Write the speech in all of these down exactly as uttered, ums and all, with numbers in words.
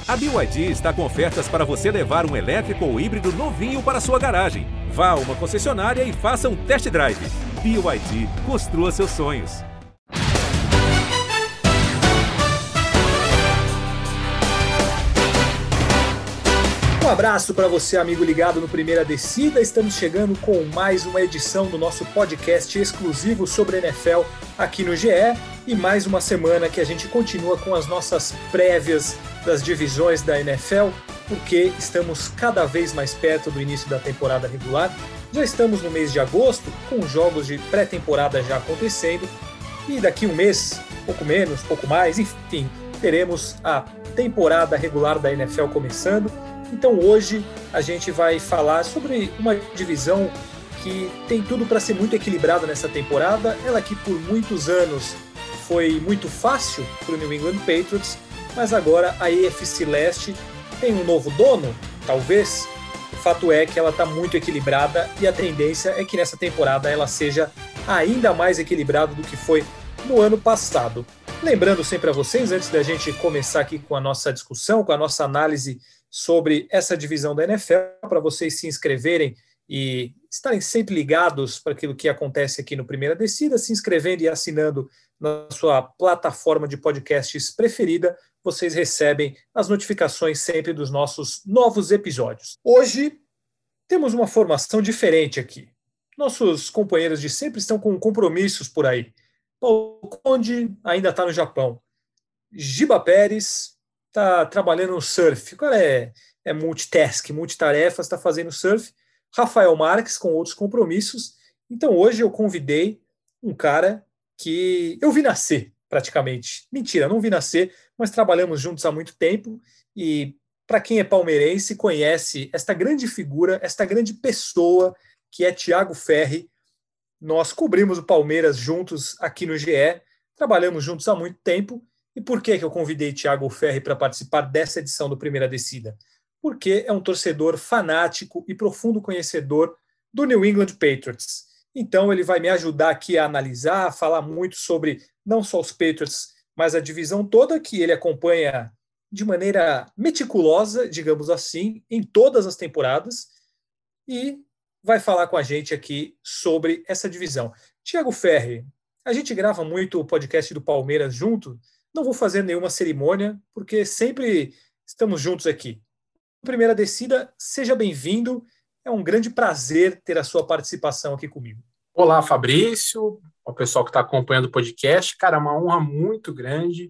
A B Y D está com ofertas para você levar um elétrico ou híbrido novinho para sua garagem. Vá a uma concessionária e faça um test drive. B Y D, construa seus sonhos. Um abraço para você, amigo ligado no Primeira Descida. Estamos chegando com mais uma edição do nosso podcast exclusivo sobre N F L aqui no G E. E mais uma semana que a gente continua com as nossas prévias das divisões da N F L, porque estamos cada vez mais perto do início da temporada regular. Já estamos no mês de agosto, com jogos de pré-temporada já acontecendo. E daqui um mês, pouco menos, pouco mais, enfim, teremos a temporada regular da N F L começando. Então hoje a gente vai falar sobre uma divisão que tem tudo para ser muito equilibrada nessa temporada. Ela que por muitos anos foi muito fácil para o New England Patriots, mas agora a A F C Leste tem um novo dono, talvez. O fato é que ela está muito equilibrada e a tendência é que nessa temporada ela seja ainda mais equilibrada do que foi no ano passado. Lembrando sempre a vocês, antes da gente começar aqui com a nossa discussão, com a nossa análise sobre essa divisão da N F L, para vocês se inscreverem e estarem sempre ligados para aquilo que acontece aqui no Primeira Descida, se inscrevendo e assinando na sua plataforma de podcasts preferida, vocês recebem as notificações sempre dos nossos novos episódios. Hoje temos uma formação diferente aqui. Nossos companheiros de sempre estão com compromissos por aí. Paulo Conde ainda está no Japão. Giba Pérez está trabalhando no surf. O cara é, é multitask, multitarefas, está fazendo surf. Rafael Marques com outros compromissos. Então hoje eu convidei um cara que eu vi nascer praticamente. Mentira, não vi nascer, mas trabalhamos juntos há muito tempo e para quem é palmeirense conhece esta grande figura, esta grande pessoa que é Thiago Ferri. Nós cobrimos o Palmeiras juntos aqui no G E, trabalhamos juntos há muito tempo. E por que, que eu convidei Thiago Ferri para participar dessa edição do Primeira Descida? Porque é um torcedor fanático e profundo conhecedor do New England Patriots. Então ele vai me ajudar aqui a analisar, a falar muito sobre não só os Patriots, mas a divisão toda que ele acompanha de maneira meticulosa, digamos assim, em todas as temporadas. E vai falar com a gente aqui sobre essa divisão. Thiago Ferri, a gente grava muito o podcast do Palmeiras junto. Não vou fazer nenhuma cerimônia, porque sempre estamos juntos aqui. Primeira Descida, seja bem-vindo. É um grande prazer ter a sua participação aqui comigo. Olá, Fabrício, o pessoal que está acompanhando o podcast. Cara, é uma honra muito grande.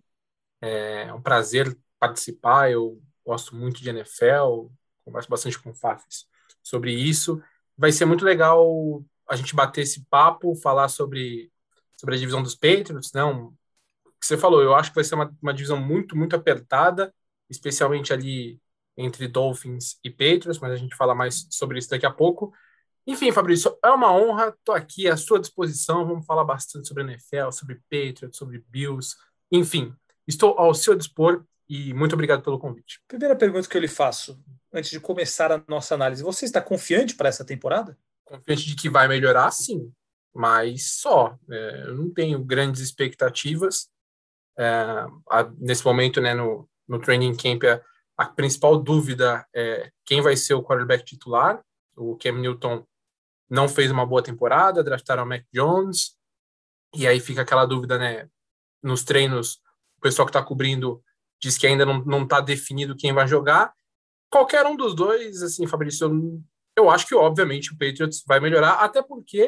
É um prazer participar. Eu gosto muito de N F L, converso bastante com o Fafis sobre isso. Vai ser muito legal a gente bater esse papo, falar sobre, sobre a divisão dos Patriots, né? Um, que você falou, eu acho que vai ser uma, uma divisão muito, muito apertada, especialmente ali entre Dolphins e Patriots, mas a gente fala mais sobre isso daqui a pouco. Enfim, Fabrício, é uma honra, estou aqui à sua disposição, vamos falar bastante sobre N F L, sobre Patriots, sobre Bills, enfim, estou ao seu dispor e muito obrigado pelo convite. Primeira pergunta que eu lhe faço, antes de começar a nossa análise, você está confiante para essa temporada? Confiante de que vai melhorar, sim, mas só, é, eu não tenho grandes expectativas. É, a, nesse momento, né, no, no training camp, a, a principal dúvida é quem vai ser o quarterback titular. O Cam Newton não fez uma boa temporada, draftaram o Mac Jones, e aí fica aquela dúvida, né, nos treinos, o pessoal que está cobrindo diz que ainda não está definido quem vai jogar. Qualquer um dos dois, assim, Fabrício, eu, eu acho que, obviamente, o Patriots vai melhorar, até porque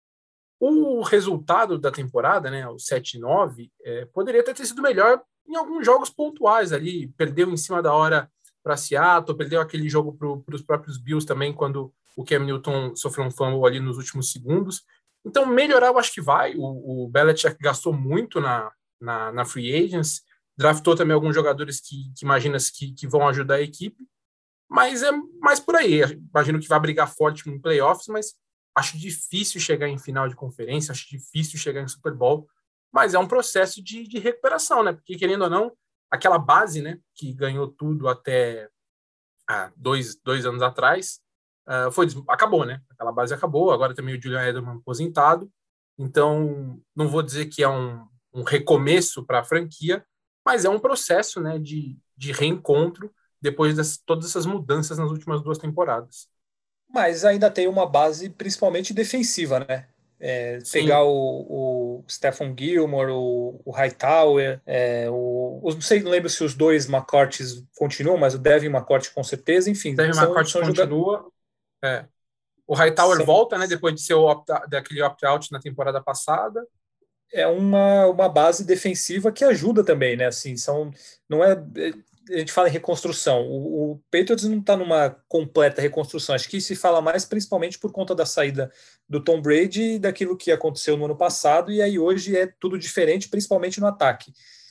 o resultado da temporada, né, o sete a nove, é, poderia até ter sido melhor em alguns jogos pontuais ali. Perdeu em cima da hora para Seattle, perdeu aquele jogo para os próprios Bills também, quando o Cam Newton sofreu um fumble ali nos últimos segundos. Então, melhorar eu acho que vai. O, o Belichick gastou muito na, na, na free agents, draftou também alguns jogadores que, que imagina que, que vão ajudar a equipe, mas é mais por aí. Imagino que vai brigar forte no playoffs, mas acho difícil chegar em final de conferência, acho difícil chegar em Super Bowl, mas é um processo de, de recuperação, né? Porque, querendo ou não, aquela base, né, que ganhou tudo até ah, dois, dois anos atrás, uh, foi, acabou, né? Aquela base acabou, agora também o Julian Edelman aposentado, então não vou dizer que é um, um recomeço para a franquia, mas é um processo, né, de, de reencontro depois de todas essas mudanças nas últimas duas temporadas. Mas ainda tem uma base principalmente defensiva, né? É, pegar o, o Stephen Gilmore, o, o Hightower, é, o, não sei, não lembro se os dois McCourts continuam, mas o Devin McCourt com certeza, enfim. Devin são, McCourt são continua. Joga... É. O Hightower são... volta, né? Depois de ser o opt daquele opt-out na temporada passada. É uma, uma base defensiva que ajuda também, né? Assim, são, não é... A gente fala em reconstrução. O, o Patriots não está numa completa reconstrução. Acho que se fala mais principalmente por conta da saída do Tom Brady e daquilo que aconteceu no ano passado, e aí hoje é tudo diferente, principalmente no ataque.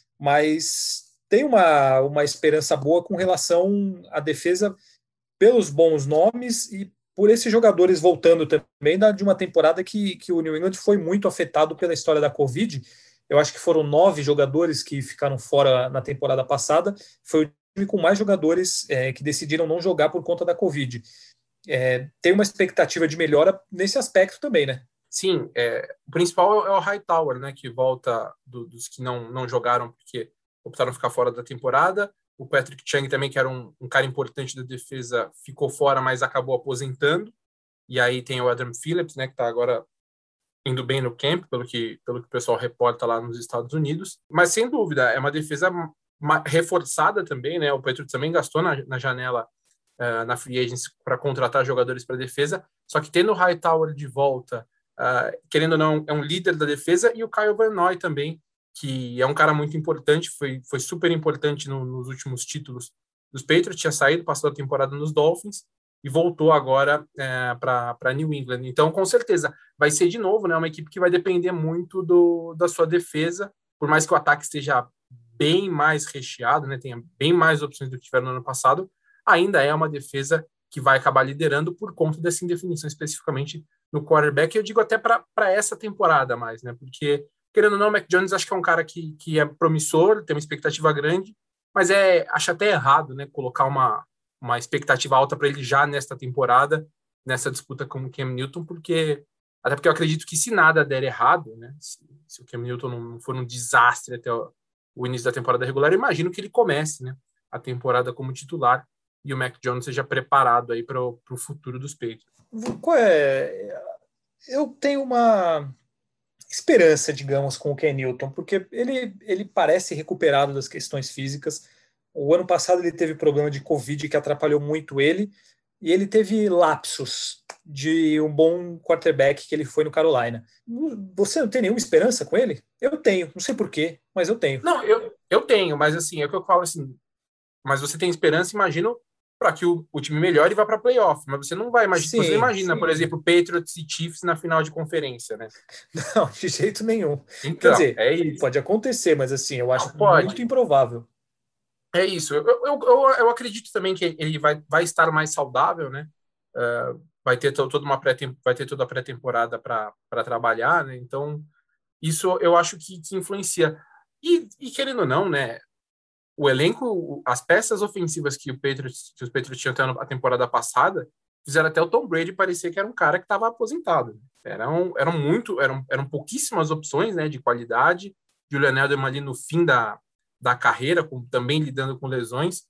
Mas tem uma, uma esperança boa com relação à defesa pelos bons nomes e por esses jogadores voltando também de uma temporada que, que o New England foi muito afetado pela história da Covid. Eu acho que foram nove jogadores que ficaram fora na temporada passada. Foi o time com mais jogadores é, que decidiram não jogar por conta da Covid. É, tem uma expectativa de melhora nesse aspecto também, né? Sim, é, o principal é o Hightower, né, que volta do, dos que não, não jogaram porque optaram ficar fora da temporada. O Patrick Chung também, que era um, um cara importante da defesa, ficou fora, mas acabou aposentando. E aí tem o Adam Phillips, né, que está agora indo bem no camp, pelo que, pelo que o pessoal reporta lá nos Estados Unidos. Mas, sem dúvida, é uma defesa reforçada também, né? O Patriots também gastou na, na janela, uh, na free agency, para contratar jogadores para defesa. Só que tendo o Hightower de volta, uh, querendo ou não, é um líder da defesa, e o Kyle Van Noy também, que é um cara muito importante, foi, foi super importante no, nos últimos títulos dos Patriots, tinha saído, passou a temporada nos Dolphins, e voltou agora é, para New England. Então, com certeza, vai ser de novo, né, uma equipe que vai depender muito do, da sua defesa, por mais que o ataque esteja bem mais recheado, né, tenha bem mais opções do que tiveram no ano passado, ainda é uma defesa que vai acabar liderando por conta dessa indefinição, especificamente no quarterback. Eu digo até para essa temporada mais, né, porque, querendo ou não, o Mac Jones acho que é um cara que, que é promissor, tem uma expectativa grande, mas é, acho até errado, né, colocar uma uma expectativa alta para ele já nesta temporada, nessa disputa com o Cam Newton, porque até porque eu acredito que se nada der errado, né, se, se o Cam Newton não for um desastre até o, o início da temporada regular, eu imagino que ele comece, né, a temporada como titular e o Mac Jones seja preparado aí para o futuro dos Patriots. Qual é? Eu tenho uma esperança, digamos, com o Cam Newton, porque ele, ele parece recuperado das questões físicas. O ano passado ele teve problema de Covid que atrapalhou muito ele, e ele teve lapsos de um bom quarterback que ele foi no Carolina. Você não tem nenhuma esperança com ele? Eu tenho, não sei porquê, mas eu tenho. Não, eu, eu tenho, mas assim, é o que eu falo assim, mas você tem esperança, imagino, para que o, o time melhore e vá para playoff, mas você não vai imaginar, sim, você não imagina, sim. Por exemplo, Patriots e Chiefs na final de conferência, né? Não, de jeito nenhum. Então, quer dizer, é isso. Pode acontecer, mas assim, eu acho não, muito improvável. É isso. Eu, eu, eu, eu acredito também que ele vai, vai estar mais saudável, né? Uh, vai ter to, toda uma pré vai ter toda a pré-temporada para trabalhar, né? Então isso eu acho que, que influencia. E, e querendo ou não, né? O elenco, as peças ofensivas que o Patriots, que os Patriots tinham até a temporada passada, fizeram até o Tom Brady parecer que era um cara que estava aposentado. Eram, eram muito, eram, eram pouquíssimas opções, né? De qualidade. Julian Edelman ali no fim da da carreira, com, também lidando com lesões.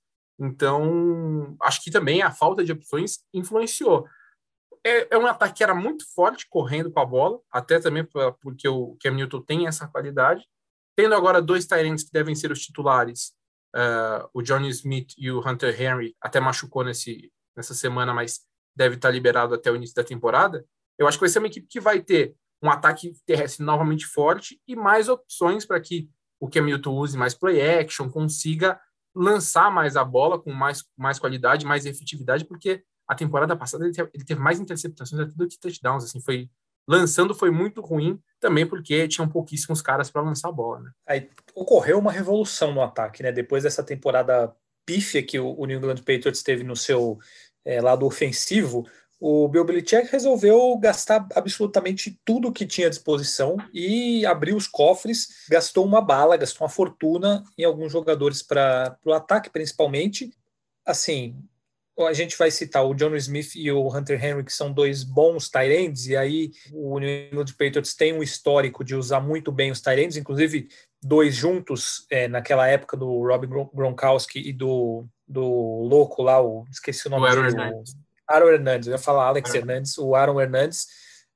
Então, acho que também a falta de opções influenciou. É, é um ataque que era muito forte, correndo com a bola, até também porque o Cam Newton tem essa qualidade. Tendo agora dois tight ends que devem ser os titulares, uh, o Johnny Smith e o Hunter Henry, até machucou nesse, nessa semana, mas deve estar liberado até o início da temporada. Eu acho que vai ser uma equipe que vai ter um ataque terrestre novamente forte e mais opções para que o Cam Newton use mais play action, consiga lançar mais a bola com mais, mais qualidade, mais efetividade, porque a temporada passada ele teve, ele teve mais interceptações do que touchdowns, assim, foi, lançando foi muito ruim, também porque tinham pouquíssimos caras para lançar a bola, né? Aí ocorreu uma revolução no ataque, né? Depois dessa temporada pífia que o, o New England Patriots teve no seu é, lado ofensivo, o Bill Belichick resolveu gastar absolutamente tudo que tinha à disposição e abriu os cofres, gastou uma bala, gastou uma fortuna em alguns jogadores para o ataque, principalmente. Assim, a gente vai citar o Jonnu Smith e o Hunter Henry, que são dois bons tight ends, e aí o New England Patriots tem um histórico de usar muito bem os tight ends, inclusive dois juntos, é, naquela época do Rob Gronkowski e do, do louco lá, o, esqueci o nome O dele, Aaron o Aaron Hernandez, eu ia falar Alex Aaron. Hernandez, o Aaron Hernandez,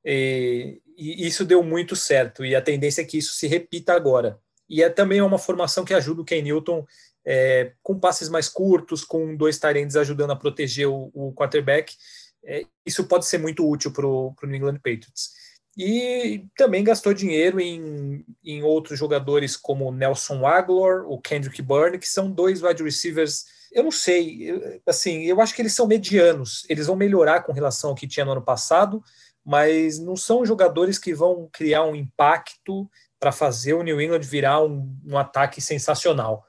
e, e isso deu muito certo, e a tendência é que isso se repita agora. E é também uma formação que ajuda o Ken Newton é, com passes mais curtos, com dois tight ends ajudando a proteger o, o quarterback. É, isso pode ser muito útil para o New England Patriots. E também gastou dinheiro em, em outros jogadores como o Nelson Agholor, o Kendrick Bourne, que são dois wide receivers. Eu não sei, eu, assim, eu acho que eles são medianos. Eles vão melhorar com relação ao que tinha no ano passado, mas não são jogadores que vão criar um impacto para fazer o New England virar um, um ataque sensacional.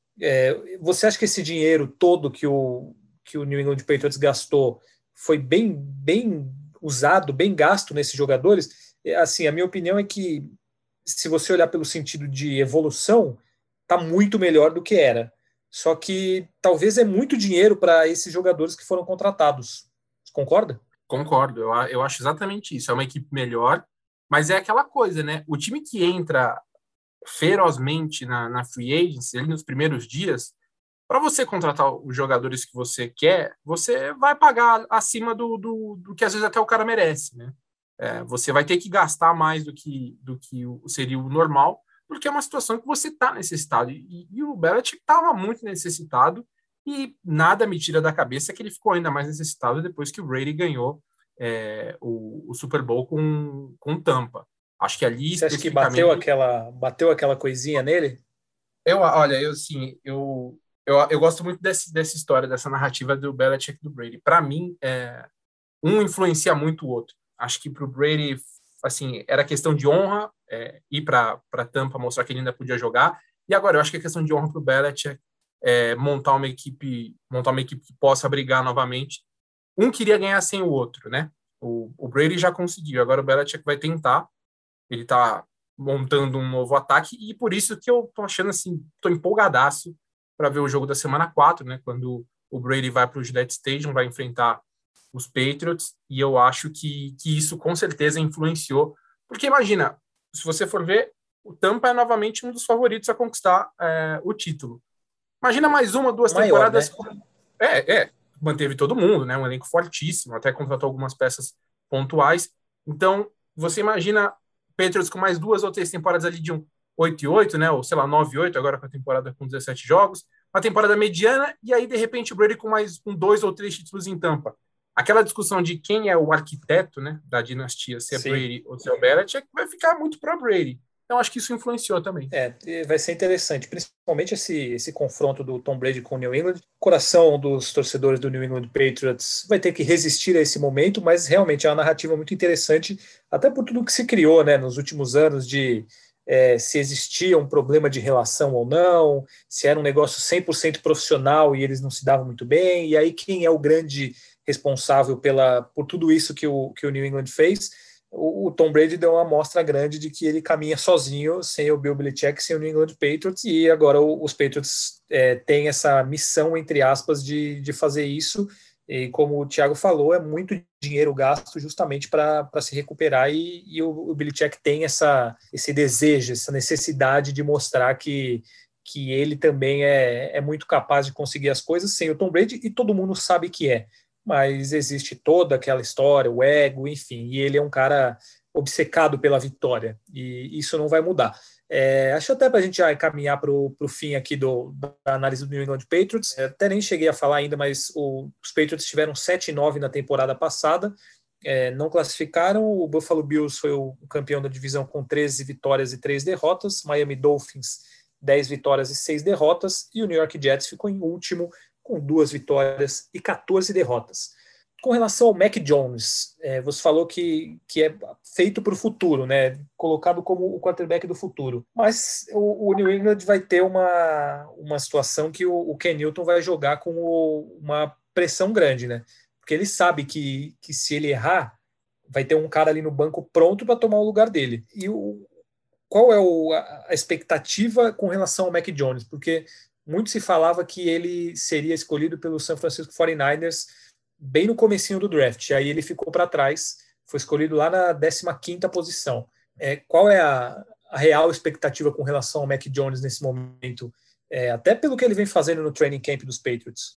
É, você acha que esse dinheiro todo que o, que o New England Patriots gastou foi bem, bem usado, bem gasto nesses jogadores? É, assim, a minha opinião é que, se você olhar pelo sentido de evolução, está muito melhor do que era. Só que talvez é muito dinheiro para esses jogadores que foram contratados. Você concorda? Concordo, eu, eu acho exatamente isso. É uma equipe melhor, mas é aquela coisa, né? O time que entra ferozmente na, na free agency, ali nos primeiros dias, para você contratar os jogadores que você quer, você vai pagar acima do, do, do que às vezes até o cara merece, né? É, você vai ter que gastar mais do que, do que seria o normal, porque é uma situação que você está necessitado. E, e o Belichick estava muito necessitado, e nada me tira da cabeça que ele ficou ainda mais necessitado depois que o Brady ganhou é, o, o Super Bowl com, com Tampa. Acho que ali Você acha que especificamente... bateu aquela, bateu aquela coisinha nele? Eu, olha, eu assim, eu, eu, eu gosto muito desse, dessa história, dessa narrativa do Belichick e do Brady. Para mim, é, um influencia muito o outro. Acho que para o Brady, assim, era questão de honra é, ir para Tampa, mostrar que ele ainda podia jogar. E agora, eu acho que é questão de honra para o Belichick é, montar uma equipe, montar uma equipe que possa brigar novamente. Um queria ganhar sem o outro, né? O, o Brady já conseguiu. Agora o Belichick vai tentar. Ele está montando um novo ataque, e por isso que eu tô achando assim, tô empolgadaço para ver o jogo da semana quatro, né, quando o Brady vai para o Gillette Stadium, vai enfrentar os Patriots, e eu acho que, que isso com certeza influenciou, porque imagina, se você for ver, o Tampa é novamente um dos favoritos a conquistar é, o título. Imagina mais uma, duas Maior, temporadas, né? é, é, manteve todo mundo, né, um elenco fortíssimo, até contratou algumas peças pontuais, então você imagina Patriots com mais duas ou três temporadas ali de um oito e oito, né? Ou sei lá, nove e oito, agora com a temporada com dezessete jogos. Uma temporada mediana, e aí, de repente, o Brady com mais um dois ou três títulos em Tampa. Aquela discussão de quem é o arquiteto, né, da dinastia, se é Sim. Brady ou se é o Belichick, vai ficar muito para Brady. Então, acho que isso influenciou também. É, vai ser interessante, principalmente esse, esse confronto do Tom Brady com o New England. O coração dos torcedores do New England Patriots vai ter que resistir a esse momento, mas realmente é uma narrativa muito interessante, até por tudo que se criou, né, nos últimos anos, de é, se existia um problema de relação ou não, se era um negócio cem por cento profissional e eles não se davam muito bem, e aí quem é o grande responsável pela, por tudo isso que o, que o New England fez? O Tom Brady deu uma amostra grande de que ele caminha sozinho, sem o Bill Belichick, sem o New England Patriots, e agora os Patriots é, têm essa missão, entre aspas, de, de fazer isso, e como o Thiago falou, é muito dinheiro gasto justamente para se recuperar, e, e o, o Belichick tem essa, esse desejo, essa necessidade de mostrar que, que ele também é, é muito capaz de conseguir as coisas sem o Tom Brady, e todo mundo sabe que é. Mas existe toda aquela história, o ego, enfim, e ele é um cara obcecado pela vitória, e isso não vai mudar. É, acho até para a gente já caminhar para o fim aqui do, da análise do New England Patriots, é, até nem cheguei a falar ainda, mas o, os Patriots tiveram sete e nove na temporada passada, é, não classificaram, o Buffalo Bills foi o, o campeão da divisão com treze vitórias e três derrotas, Miami Dolphins dez vitórias e seis derrotas, e o New York Jets ficou em último, com duas vitórias e quatorze derrotas. Com relação ao Mac Jones, é, você falou que, que é feito para o futuro, né? Colocado como o quarterback do futuro. Mas o, o New England vai ter uma, uma situação que o, o Ken Newton vai jogar com o, uma pressão grande, né? Porque ele sabe que, que se ele errar, vai ter um cara ali no banco pronto para tomar o lugar dele. E o, qual é o, a expectativa com relação ao Mac Jones? Porque muito se falava que ele seria escolhido pelo San Francisco forty-niners bem no comecinho do draft. Aí ele ficou para trás, foi escolhido lá na décima quinta posição. É, qual é a, a real expectativa com relação ao Mac Jones nesse momento? É, até pelo que ele vem fazendo no training camp dos Patriots.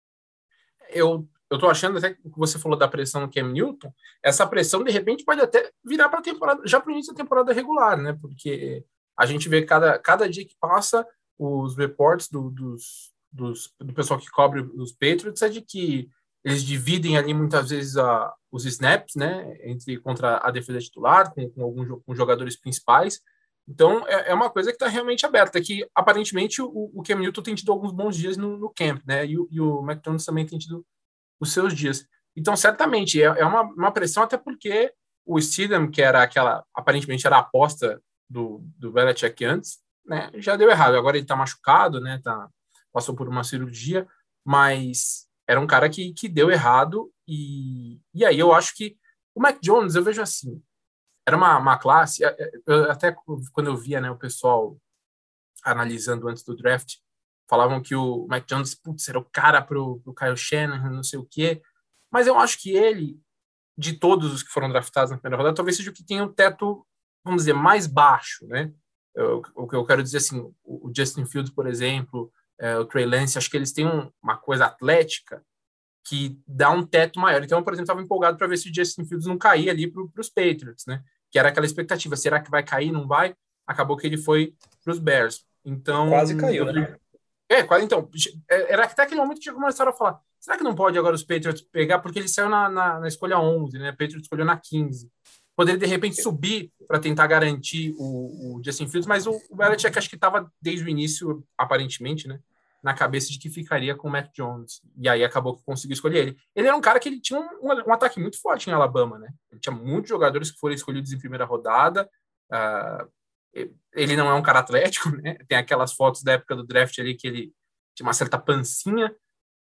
Eu eu tô achando até que você falou da pressão no Cam Newton, essa pressão de repente pode até virar para a temporada, já para o início da temporada regular, né? Porque a gente vê cada, cada dia que passa os reports do, dos, dos, do pessoal que cobre os Patriots é de que eles dividem ali muitas vezes a, os snaps, né? Entre contra a defesa titular, com, com alguns com jogadores principais. Então, é, é uma coisa que está realmente aberta, que aparentemente o, o Cam Newton tem tido alguns bons dias no, no camp, né? E, e o Mac Jones também tem tido os seus dias. Então, certamente, é, é uma, uma pressão, até porque o Stidham, que era aquela, aparentemente era a aposta do, do Belichick antes, né, já deu errado. Agora ele está machucado, né, tá, passou por uma cirurgia, mas era um cara que, que deu errado, e, e aí eu acho que o Mac Jones, eu vejo assim, era uma, uma classe, eu, até quando eu via, né, o pessoal analisando antes do draft, falavam que o Mac Jones, putz, era o cara pro, pro Kyle Shanahan, não sei o quê. Mas eu acho que ele, de todos os que foram draftados na primeira rodada, talvez seja o que tem o teto, vamos dizer, mais baixo, né? Eu, o que eu quero dizer, assim, o, o Justin Fields, por exemplo, é, o Trey Lance, acho que eles têm um, uma coisa atlética que dá um teto maior. Então, eu, por exemplo, estava empolgado para ver se o Justin Fields não caía ali para os Patriots, né? Que era aquela expectativa, será que vai cair, não vai? Acabou que ele foi para os Bears. Então, quase caiu, eu, né? É, quase então. Era até aquele momento que tinha começado a falar: será que não pode agora os Patriots pegar? Porque ele saiu na, na, na escolha onze, né? O Patriots escolheu na quinze. Poderia, de repente, subir para tentar garantir o, o Justin Fields, mas o, o Belichick acho que estava desde o início, aparentemente, né? Na cabeça de que ficaria com o Mac Jones. E aí acabou que conseguiu escolher ele. Ele era um cara que ele tinha um, um, um ataque muito forte em Alabama, né? Ele tinha muitos jogadores que foram escolhidos em primeira rodada. Uh, ele não é um cara atlético, né? Tem aquelas fotos da época do draft ali que ele tinha uma certa pancinha.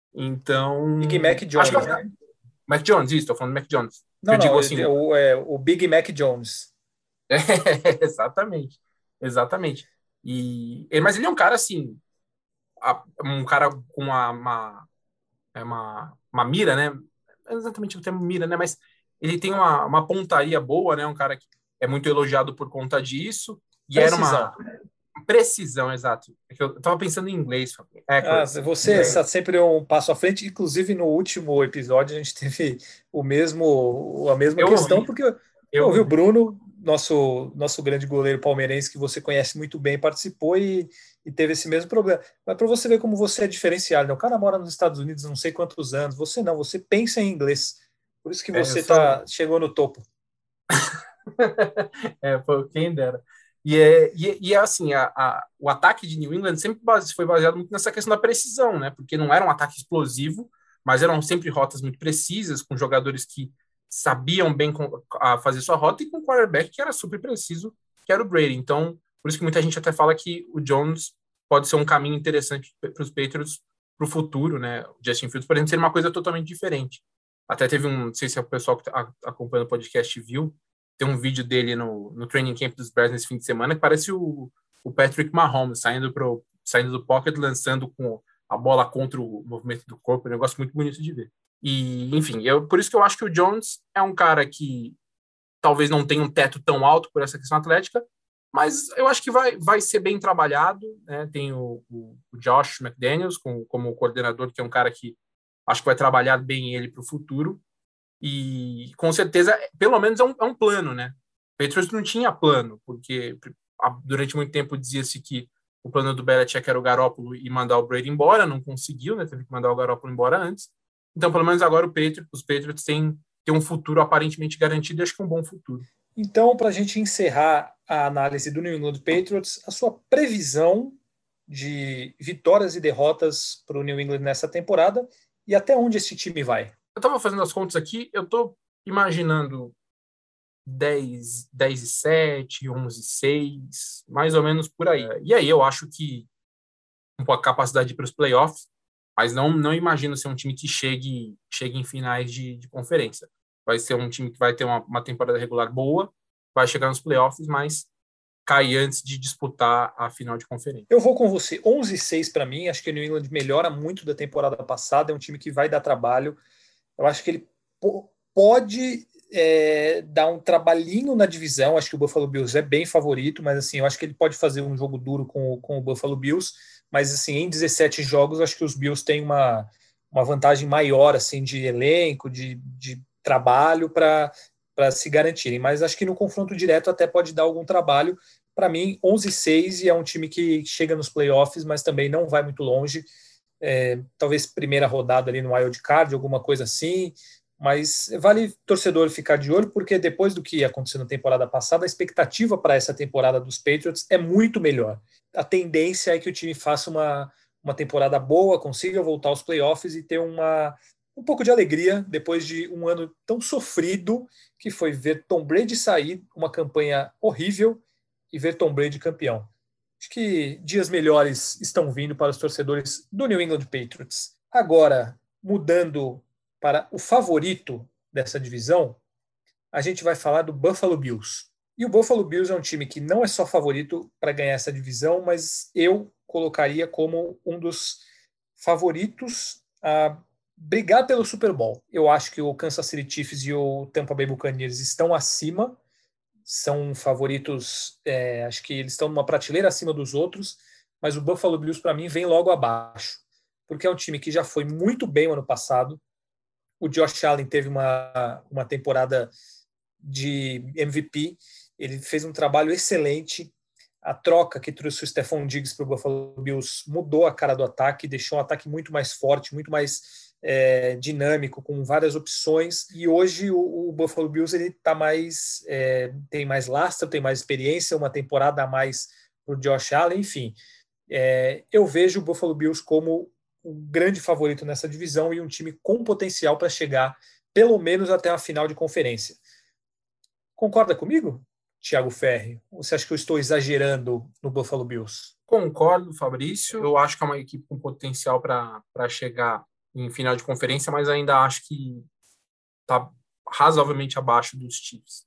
Então. Big Mac Jones, acho que né? Mac Jones, isso, tô falando do Mac Jones. Não, eu não, digo assim, o, é, o Big Mac Jones. É, exatamente, exatamente. E, mas ele é um cara assim, um cara com uma, uma, uma, uma mira, né? Não é exatamente o termo mira, né? Mas ele tem uma, uma pontaria boa, né? Um cara que é muito elogiado por conta disso. E Precisão. era uma precisão, exato. É que eu estava pensando em inglês. Ah, você é. está sempre um passo à frente. Inclusive, no último episódio, a gente teve o mesmo, a mesma eu questão, ouvi. porque eu, eu ouvi o Bruno, nosso, nosso grande goleiro palmeirense, que você conhece muito bem, participou e, e teve esse mesmo problema. Mas para você ver como você é diferenciado, né? O cara mora nos Estados Unidos não sei quantos anos, você não, você pensa em inglês. Por isso que você é, tá, sou... chegou no topo. é, foi quem dera. E é, e, e é assim, a, a, o ataque de New England sempre base, foi baseado muito nessa questão da precisão, né? Porque não era um ataque explosivo, mas eram sempre rotas muito precisas, com jogadores que sabiam bem com, a fazer sua rota, e com um quarterback que era super preciso, que era o Brady. Então, por isso que muita gente até fala que o Jones pode ser um caminho interessante para os Patriots para o futuro, né? O Justin Fields, por exemplo, seria uma coisa totalmente diferente. Até teve um, não sei se é o pessoal que tá acompanhando o podcast viu, tem um vídeo dele no, no training camp dos Bears nesse fim de semana que parece o, o Patrick Mahomes saindo, pro, saindo do pocket, lançando com a bola contra o movimento do corpo. É um negócio muito bonito de ver. E, enfim, eu, por isso que eu acho que o Jones é um cara que talvez não tenha um teto tão alto por essa questão atlética, mas eu acho que vai, vai ser bem trabalhado, né? Tem o, o, o Josh McDaniels com, como coordenador, que é um cara que acho que vai trabalhar bem ele para o futuro. E, com certeza, pelo menos é um, é um plano, né? O Patriots não tinha plano, porque durante muito tempo dizia-se que o plano do Belichick era o Garoppolo e mandar o Brady embora, não conseguiu, né? Teve que mandar o Garoppolo embora antes. Então, pelo menos agora o Patriots, os Patriots têm, têm um futuro aparentemente garantido, e acho que um bom futuro. Então, para a gente encerrar a análise do New England Patriots, a sua previsão de vitórias e derrotas para o New England nessa temporada e até onde esse time vai? Eu estava fazendo as contas aqui, eu estou imaginando dez, dez e sete, onze e seis, mais ou menos por aí. E aí eu acho que um pouco a capacidade para os playoffs, mas não, não imagino ser um time que chegue, chegue em finais de, de conferência. Vai ser um time que vai ter uma, uma temporada regular boa, vai chegar nos playoffs, mas cair antes de disputar a final de conferência. Eu vou com você, onze a seis para mim, acho que o New England melhora muito da temporada passada, é um time que vai dar trabalho, eu acho que ele pode é, dar um trabalhinho na divisão, acho que o Buffalo Bills é bem favorito, mas assim, eu acho que ele pode fazer um jogo duro com, com o Buffalo Bills, mas assim, em dezessete jogos, acho que os Bills têm uma, uma vantagem maior assim, de elenco, de, de trabalho para para se garantirem, mas acho que no confronto direto até pode dar algum trabalho. Para mim, onze a seis, e é um time que chega nos playoffs, mas também não vai muito longe, é, talvez primeira rodada ali no wild card, alguma coisa assim, mas vale torcedor ficar de olho, porque depois do que aconteceu na temporada passada, a expectativa para essa temporada dos Patriots é muito melhor. A tendência é que o time faça uma, uma temporada boa, consiga voltar aos playoffs e ter uma, um pouco de alegria depois de um ano tão sofrido, que foi ver Tom Brady sair, uma campanha horrível, e ver Tom Brady campeão. Acho que dias melhores estão vindo para os torcedores do New England Patriots. Agora, mudando para o favorito dessa divisão, a gente vai falar do Buffalo Bills. E o Buffalo Bills é um time que não é só favorito para ganhar essa divisão, mas eu colocaria como um dos favoritos a brigar pelo Super Bowl. Eu acho que o Kansas City Chiefs e o Tampa Bay Buccaneers estão acima, são favoritos, é, acho que eles estão numa prateleira acima dos outros, mas o Buffalo Bills, para mim, vem logo abaixo, porque é um time que já foi muito bem o ano passado. O Josh Allen teve uma, uma temporada de M V P, ele fez um trabalho excelente. A troca que trouxe o Stephon Diggs para o Buffalo Bills mudou a cara do ataque, deixou um ataque muito mais forte, muito mais é, dinâmico, com várias opções. E hoje o, o Buffalo Bills ele tá mais, é, tem mais lastro, tem mais experiência, uma temporada a mais para o Josh Allen. Enfim, é, eu vejo o Buffalo Bills como o grande favorito nessa divisão e um time com potencial para chegar pelo menos até a final de conferência. Concorda comigo, Thiago Ferri? Ou você acha que eu estou exagerando no Buffalo Bills? Concordo, Fabrício. Eu acho que é uma equipe com potencial para chegar em final de conferência, mas ainda acho que está razoavelmente abaixo dos Chiefs.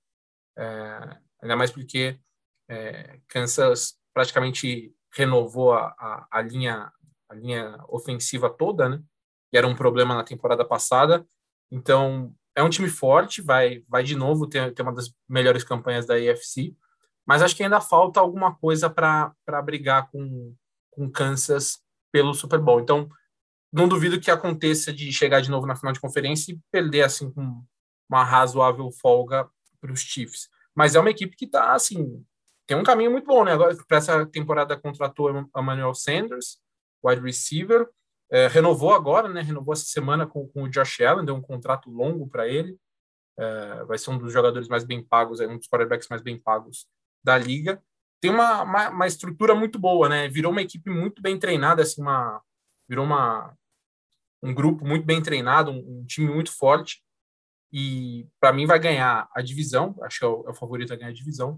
É, ainda mais porque é, Kansas praticamente renovou a, a, a, linha, a linha ofensiva toda, né? E era um problema na temporada passada. Então, é um time forte, vai, vai de novo ter, ter uma das melhores campanhas da A F C, mas acho que ainda falta alguma coisa para brigar com, com Kansas pelo Super Bowl. Então, não duvido que aconteça de chegar de novo na final de conferência e perder assim com uma razoável folga para os Chiefs. Mas é uma equipe que está assim, tem um caminho muito bom, né? Agora, para essa temporada, contratou Emmanuel Sanders, wide receiver. É, renovou agora, né? Renovou essa semana com, com o Josh Allen, deu um contrato longo para ele. É, vai ser um dos jogadores mais bem pagos, um dos quarterbacks mais bem pagos da liga. Tem uma, uma, uma estrutura muito boa, né? Virou uma equipe muito bem treinada, assim, uma, virou uma, um grupo muito bem treinado, um, um time muito forte. E para mim vai ganhar a divisão, acho que é o, é o favorito a ganhar a divisão,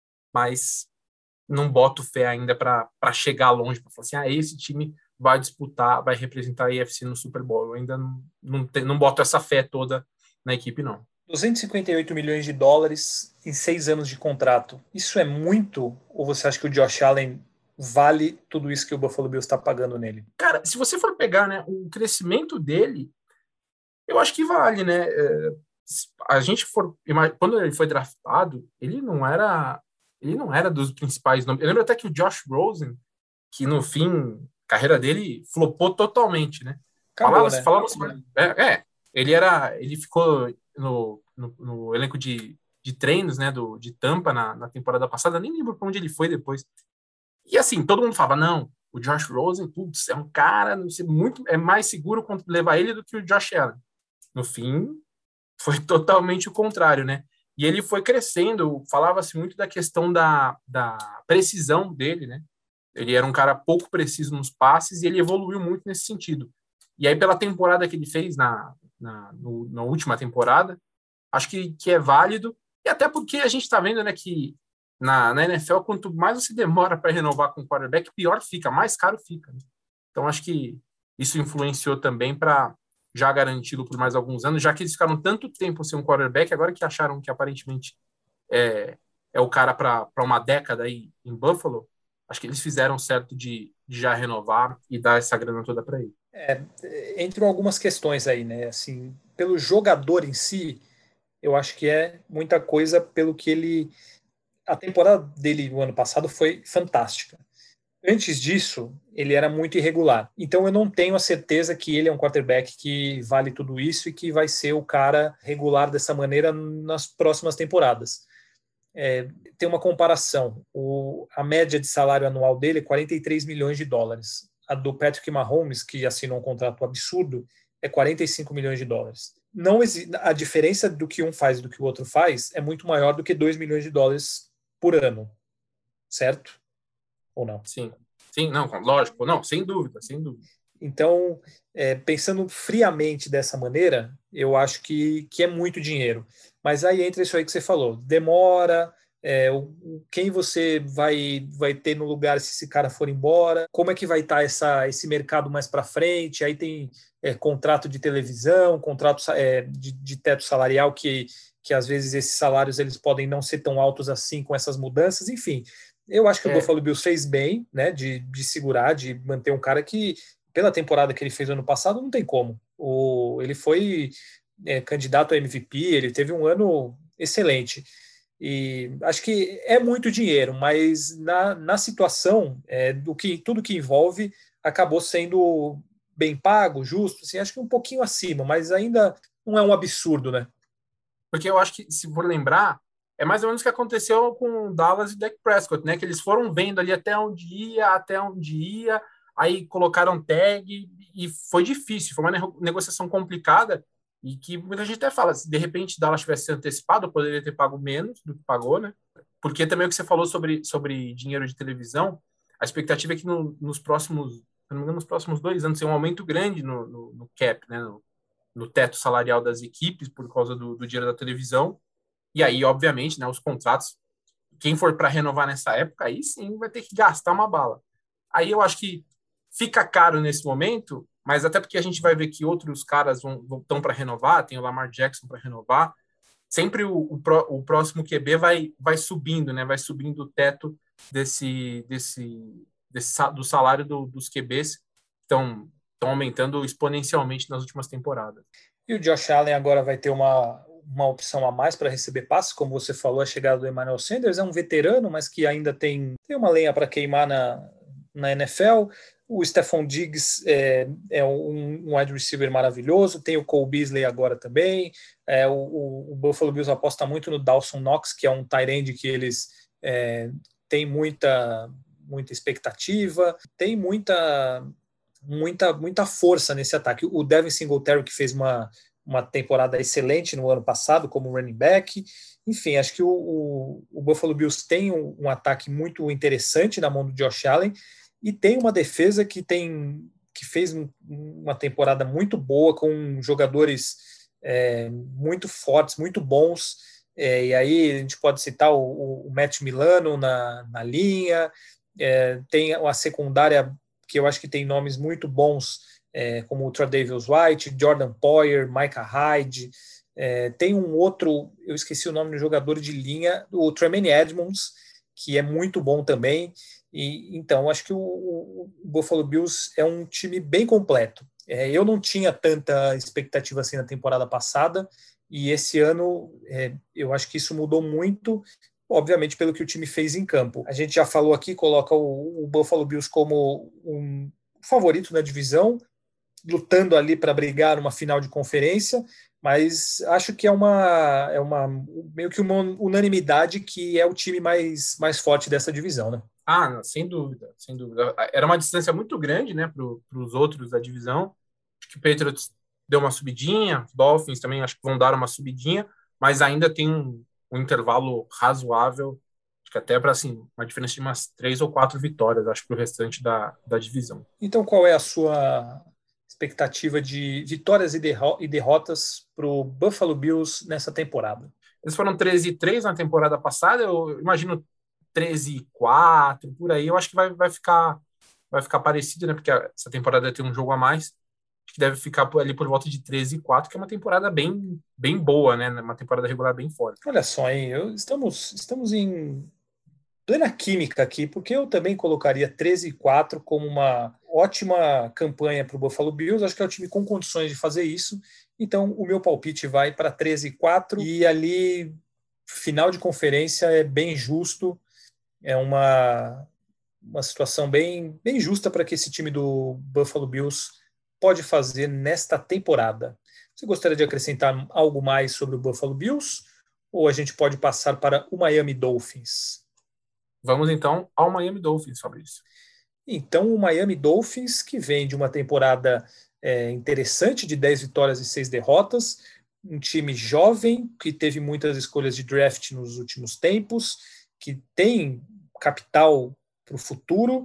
mas não boto fé ainda para chegar longe, para falar assim, ah, esse time vai disputar, vai representar a A F C no Super Bowl. Eu ainda não, não, te, não boto essa fé toda na equipe, não. duzentos e cinquenta e oito milhões de dólares em seis anos de contrato. Isso é muito? Ou você acha que o Josh Allen vale tudo isso que o Buffalo Bills está pagando nele? Cara, se você for pegar, né, o crescimento dele, eu acho que vale, né? É, a gente for... Quando ele foi draftado, ele não era, ele não era dos principais nomes. Eu lembro até que o Josh Rosen, que no fim... A carreira dele flopou totalmente, né? Acabou, falava, né? falava, é, é, ele era, ele ficou no, no, no elenco de, de treinos, né, do, de Tampa na, na temporada passada, nem lembro para onde ele foi depois. E assim, todo mundo falava, não, o Josh Rosen, putz, é um cara, não sei, muito, é mais seguro levar ele do que o Josh Allen. No fim, foi totalmente o contrário, né? E ele foi crescendo, falava-se muito da questão da, da precisão dele, né? Ele era um cara pouco preciso nos passes e ele evoluiu muito nesse sentido. E aí, pela temporada que ele fez na, na, no, na última temporada, acho que, que é válido. E até porque a gente está vendo, né, que na, na N F L, quanto mais você demora para renovar com o quarterback, pior fica, mais caro fica. Né? Então, acho que isso influenciou também para já garanti-lo por mais alguns anos, já que eles ficaram tanto tempo sem um quarterback, agora que acharam que aparentemente é, é o cara para uma década aí em Buffalo, acho que eles fizeram certo de, de já renovar e dar essa grana toda para ele. É, entram algumas questões aí, né? Assim, pelo jogador em si, eu acho que é muita coisa pelo que ele... A temporada dele no ano passado foi fantástica. Antes disso, ele era muito irregular. Então eu não tenho a certeza que ele é um quarterback que vale tudo isso e que vai ser o cara regular dessa maneira nas próximas temporadas. É, tem uma comparação. O, a média de salário anual dele é quarenta e três milhões de dólares. A do Patrick Mahomes, que assinou um contrato absurdo, é quarenta e cinco milhões de dólares. Não a diferença do que um faz e do que o outro faz é muito maior do que dois milhões de dólares por ano, certo? Ou não? Sim, sim, não, lógico, não, sem dúvida, sem dúvida. Então, é, pensando friamente dessa maneira, eu acho que, que é muito dinheiro. Mas aí entra isso aí que você falou, demora, é, o, quem você vai, vai ter no lugar se esse cara for embora, como é que vai estar essa, esse mercado mais para frente, aí tem é, contrato de televisão, contrato é, de, de teto salarial, que, que às vezes esses salários eles podem não ser tão altos assim com essas mudanças, enfim. Eu acho que é. o Buffalo Bills fez bem, né, de, de segurar, de manter um cara que, pela temporada que ele fez ano passado, não tem como. O, ele foi é, candidato a M V P, ele teve um ano excelente. E acho que é muito dinheiro, mas na, na situação, é, do que, tudo que envolve acabou sendo bem pago, justo, assim, acho que um pouquinho acima, mas ainda não é um absurdo, né? Porque eu acho que, se for lembrar, é mais ou menos o que aconteceu com o Dallas e Dak Prescott, né? Que eles foram vendo ali até onde ia, até onde ia, aí colocaram tag e foi difícil, foi uma negociação complicada e que muita gente até fala, se de repente Dallas tivesse sido antecipado, eu poderia ter pago menos do que pagou, né? Porque também o que você falou sobre, sobre dinheiro de televisão, a expectativa é que no, nos próximos, se não me engano, nos próximos dois anos, tem um aumento grande no, no, no cap, né? No, no teto salarial das equipes por causa do, do dinheiro da televisão. E aí, obviamente, né, os contratos, quem for para renovar nessa época, aí sim vai ter que gastar uma bala. Aí eu acho que fica caro nesse momento, mas até porque a gente vai ver que outros caras vão, vão estão para renovar, tem o Lamar Jackson para renovar, sempre o, o, pro, o próximo Q B vai, vai subindo, né, vai subindo o teto desse, desse, desse do salário do, dos Q Bs, estão estão aumentando exponencialmente nas últimas temporadas. E o Josh Allen agora vai ter uma, uma opção a mais para receber passes, como você falou, a chegada do Emmanuel Sanders, é um veterano, mas que ainda tem, tem uma lenha para queimar na, na N F L. O Stephon Diggs é, é um, um wide receiver maravilhoso, tem o Cole Beasley agora também, é, o, o, o Buffalo Bills aposta muito no Dawson Knox, que é um tight end que eles é, têm muita, muita expectativa, tem muita... Muita, muita força nesse ataque. O Devin Singletary, que fez uma, uma temporada excelente no ano passado como running back. Enfim, acho que o, o, o Buffalo Bills tem um, um ataque muito interessante na mão do Josh Allen e tem uma defesa que, tem, que fez um, uma temporada muito boa com jogadores é, muito fortes, muito bons. É, e aí a gente pode citar o, o Matt Milano na, na linha, é, tem a secundária que eu acho que tem nomes muito bons, é, como o Tre'Davious White, Jordan Poyer, Micah Hyde, é, tem um outro, eu esqueci o nome do jogador de linha, o Tremaine Edmonds, que é muito bom também, e então acho que o, o Buffalo Bills é um time bem completo. É, eu não tinha tanta expectativa assim na temporada passada, e esse ano é, eu acho que isso mudou muito, obviamente pelo que o time fez em campo. A gente já falou aqui, coloca o, o Buffalo Bills como um favorito na divisão, lutando ali para brigar numa final de conferência, mas acho que é uma, é uma meio que uma unanimidade que é o time mais, mais forte dessa divisão, né? Ah, sem dúvida, sem dúvida. Era uma distância muito grande, né, para os outros da divisão. Acho que o Patriots deu uma subidinha, os Dolphins também acho que vão dar uma subidinha, mas ainda tem um um intervalo razoável, acho que até para assim, uma diferença de umas três ou quatro vitórias, acho, para o restante da, da divisão. Então, qual é a sua expectativa de vitórias e, derro- e derrotas para o Buffalo Bills nessa temporada? Eles foram treze e três na temporada passada, eu imagino treze e quatro, por aí, eu acho que vai, vai, ficar, vai ficar parecido, né, porque essa temporada tem um jogo a mais, acho que deve ficar por, ali por volta de treze e quatro, que é uma temporada bem, bem boa, né? Uma temporada regular bem forte. Olha só, hein? Eu, estamos, estamos em plena química aqui, porque eu também colocaria treze e quatro como uma ótima campanha para o Buffalo Bills. Acho que é o time com condições de fazer isso. Então, o meu palpite vai para treze e quatro. E ali, final de conferência é bem justo. É uma, uma situação bem, bem justa para que esse time do Buffalo Bills pode fazer nesta temporada. Você gostaria de acrescentar algo mais sobre o Buffalo Bills? Ou a gente pode passar para o Miami Dolphins? Vamos então ao Miami Dolphins, Fabrício. Então, o Miami Dolphins, que vem de uma temporada é, interessante de dez vitórias e seis derrotas, um time jovem que teve muitas escolhas de draft nos últimos tempos, que tem capital para o futuro,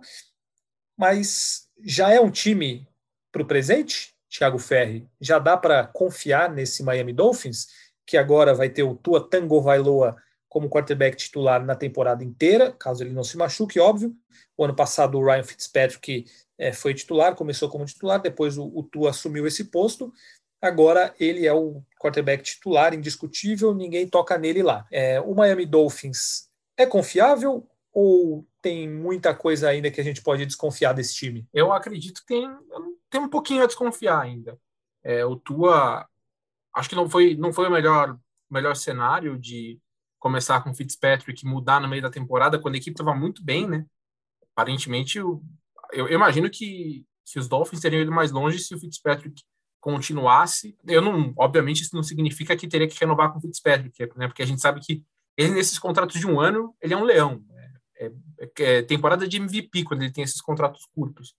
mas já é um time para o presente, Thiago Ferri? Já dá para confiar nesse Miami Dolphins, que agora vai ter o Tua Tagovailoa como quarterback titular na temporada inteira, caso ele não se machuque, óbvio. O ano passado o Ryan Fitzpatrick é, foi titular, começou como titular, depois o, o Tua assumiu esse posto. Agora ele é o quarterback titular, indiscutível, ninguém toca nele lá. É, o Miami Dolphins é confiável ou tem muita coisa ainda que a gente pode desconfiar desse time? Eu acredito que tem, tem um pouquinho a desconfiar ainda. É, o Tua, acho que não foi, não foi o melhor, melhor cenário de começar com o Fitzpatrick e mudar no meio da temporada, quando a equipe estava muito bem, né? Aparentemente, eu, eu imagino que, que os Dolphins teriam ido mais longe se o Fitzpatrick continuasse. Eu não, obviamente, isso não significa que teria que renovar com o Fitzpatrick, né? Porque a gente sabe que ele, nesses contratos de um ano, ele é um leão. É, é, é temporada de M V P quando ele tem esses contratos curtos.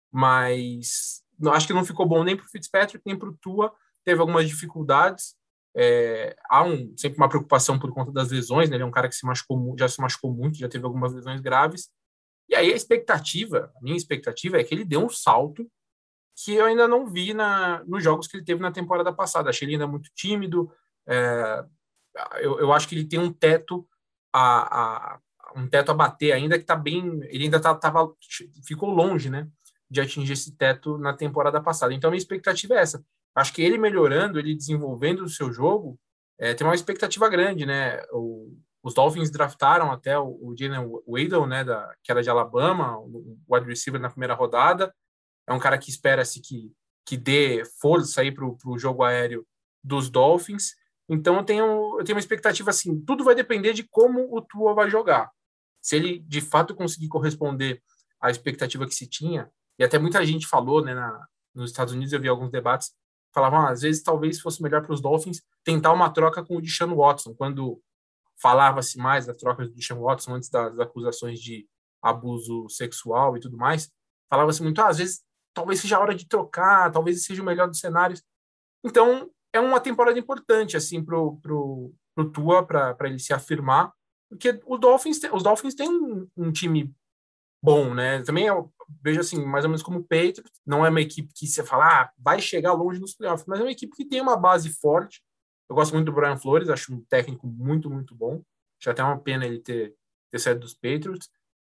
Mas não, acho que não ficou bom nem para o Fitzpatrick, nem para o Tua. Teve algumas dificuldades. É, há um, sempre uma preocupação por conta das lesões, né? Ele é um cara que se machucou, já se machucou muito, já teve algumas lesões graves. E aí a expectativa, a minha expectativa é que ele dê um salto que eu ainda não vi na, nos jogos que ele teve na temporada passada. Achei ele ainda muito tímido. É, eu, eu acho que ele tem um teto a, a um teto a bater ainda que está bem. Ele ainda tá, tava, ficou longe, né, de atingir esse teto na temporada passada. Então a minha expectativa é essa. Acho que ele melhorando, ele desenvolvendo o seu jogo, é, tem uma expectativa grande, né? O, os Dolphins draftaram até o, o Jalen Waddle, né, da, que era de Alabama, o wide receiver na primeira rodada. É um cara que espera-se que, que dê força aí para o jogo aéreo dos Dolphins. Então eu tenho, eu tenho uma expectativa assim, tudo vai depender de como o Tua vai jogar. Se ele de fato conseguir corresponder à expectativa que se tinha, e até muita gente falou, né, na, nos Estados Unidos eu vi alguns debates, falavam, ah, às vezes talvez fosse melhor para os Dolphins tentar uma troca com o Deshaun Watson, quando falava-se mais da troca do Deshaun Watson antes das acusações de abuso sexual e tudo mais, falava-se muito, ah, às vezes talvez seja a hora de trocar, talvez seja o melhor dos cenários. Então, é uma temporada importante assim pro, pro, pro Tua, para ele se afirmar, porque os Dolphins, os Dolphins têm um, um time bom, né? Também eu vejo assim, mais ou menos como o Patriots, não é uma equipe que você fala, ah, vai chegar longe nos playoffs, mas é uma equipe que tem uma base forte. Eu gosto muito do Brian Flores, acho um técnico muito, muito bom. Já até uma pena ele ter, ter saído dos Patriots.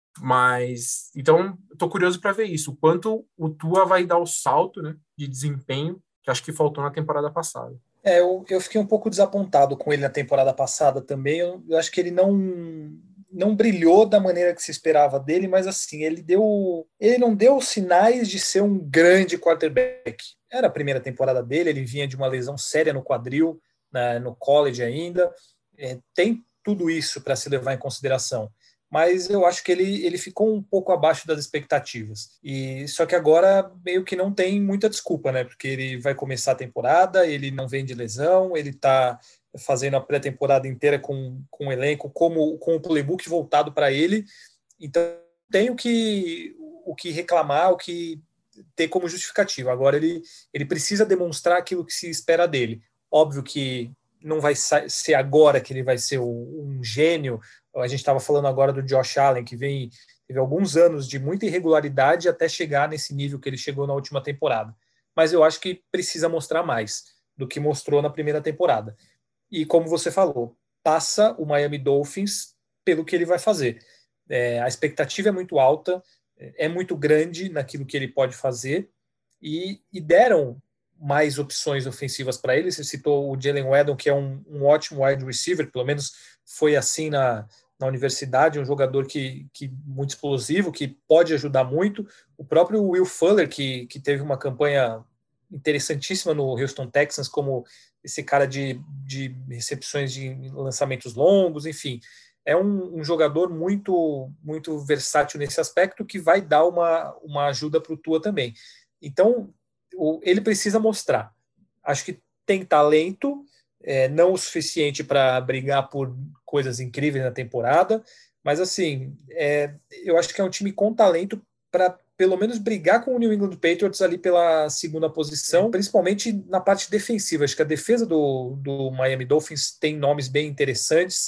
Mas, então, estou curioso para ver isso. O quanto o Tua vai dar o salto, né, de desempenho, que acho que faltou na temporada passada. É, eu, eu fiquei um pouco desapontado com ele na temporada passada também. Eu, eu acho que ele não, não brilhou da maneira que se esperava dele, mas assim, ele deu. Ele não deu sinais de ser um grande quarterback. Era a primeira temporada dele, ele vinha de uma lesão séria no quadril, né, no college ainda. É, tem tudo isso para se levar em consideração. Mas eu acho que ele, ele ficou um pouco abaixo das expectativas. E só que agora meio que não tem muita desculpa, né? Porque ele vai começar a temporada, ele não vem de lesão, ele está fazendo a pré-temporada inteira com, com o elenco, como, com o playbook voltado para ele. Então tem o que, o que reclamar, o que ter como justificativa. Agora ele, ele precisa demonstrar aquilo que se espera dele. Óbvio que não vai ser agora que ele vai ser um gênio. A gente estava falando agora do Josh Allen, que vem, teve alguns anos de muita irregularidade até chegar nesse nível que ele chegou na última temporada. Mas eu acho que precisa mostrar mais do que mostrou na primeira temporada. E como você falou, passa o Miami Dolphins pelo que ele vai fazer. É, a expectativa é muito alta, é muito grande naquilo que ele pode fazer, e, e deram mais opções ofensivas para ele. Você citou o Jalen Weddle, que é um, um ótimo wide receiver, pelo menos foi assim na, na universidade, um jogador que, que muito explosivo, que pode ajudar muito. O próprio Will Fuller, que, que teve uma campanha interessantíssima no Houston Texans, como esse cara de, de recepções de lançamentos longos, enfim. É um, um jogador muito, muito versátil nesse aspecto, que vai dar uma, uma ajuda para o Tua também. Então, o, ele precisa mostrar. Acho que tem talento, é, não o suficiente para brigar por coisas incríveis na temporada, mas assim, é, eu acho que é um time com talento para pelo menos brigar com o New England Patriots ali pela segunda posição, principalmente na parte defensiva. Acho que a defesa do, do Miami Dolphins tem nomes bem interessantes,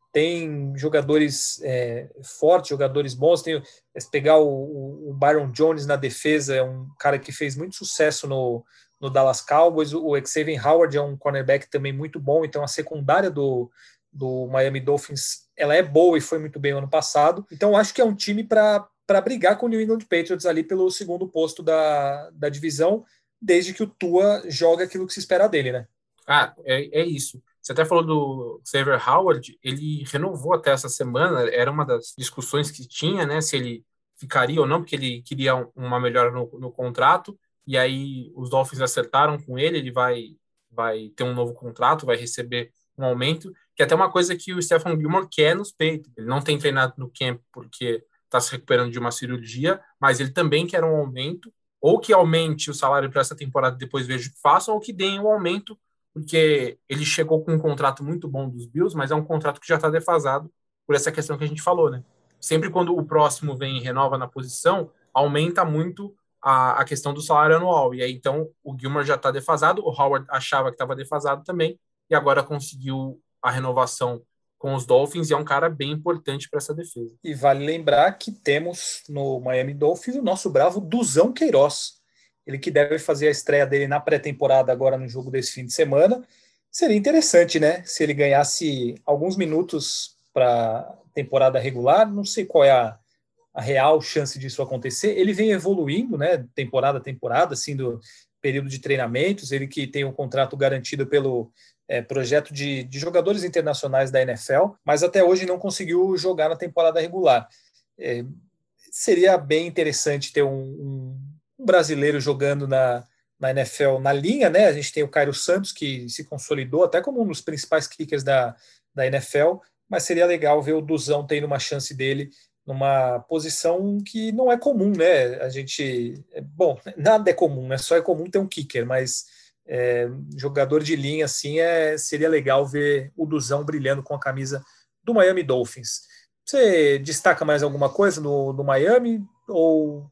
tem jogadores é, fortes, jogadores bons. Tem, se pegar o, o Byron Jones na defesa, é um cara que fez muito sucesso no, no Dallas Cowboys. O Xavier Howard é um cornerback também muito bom. Então a secundária do, do Miami Dolphins, ela é boa e foi muito bem no ano passado. Então acho que é um time para para brigar com o New England Patriots ali pelo segundo posto da, da divisão, desde que o Tua joga aquilo que se espera dele, né? Ah, é, é isso. Você até falou do Xavier Howard, ele renovou até essa semana, era uma das discussões que tinha, né, se ele ficaria ou não, porque ele queria uma melhora no, no contrato, e aí os Dolphins acertaram com ele, ele vai, vai ter um novo contrato, vai receber um aumento, que é até uma coisa que o Stephon Gilmore quer nos peitos. Ele não tem treinado no camp porque está se recuperando de uma cirurgia, mas ele também quer um aumento, ou que aumente o salário para essa temporada e depois veja o que façam, ou que deem um aumento, porque ele chegou com um contrato muito bom dos Bills, mas é um contrato que já está defasado por essa questão que a gente falou, né? Sempre quando o próximo vem e renova na posição, aumenta muito a, a questão do salário anual, e aí então o Gilmore já está defasado, o Howard achava que estava defasado também, e agora conseguiu a renovação com os Dolphins, e é um cara bem importante para essa defesa. E vale lembrar que temos no Miami Dolphins o nosso bravo Duzão Queiroz, ele que deve fazer a estreia dele na pré-temporada agora no jogo desse fim de semana. Seria interessante, né? Se ele ganhasse alguns minutos para temporada regular, não sei qual é a, a real chance disso acontecer. Ele vem evoluindo, né? Temporada a temporada, assim, do período de treinamentos, ele que tem um contrato garantido pelo É, projeto de, de jogadores internacionais da N F L, mas até hoje não conseguiu jogar na temporada regular. É, seria bem interessante ter um, um, um brasileiro jogando na, na N F L na linha, né? A gente tem o Cairo Santos, que se consolidou até como um dos principais kickers da, da N F L, mas seria legal ver o Duzão tendo uma chance dele numa posição que não é comum, né? A gente... Bom, nada é comum, né? Só é comum ter um kicker, mas... É, jogador de linha assim, é, seria legal ver o Duzão brilhando com a camisa do Miami Dolphins. Você destaca mais alguma coisa no, no Miami ou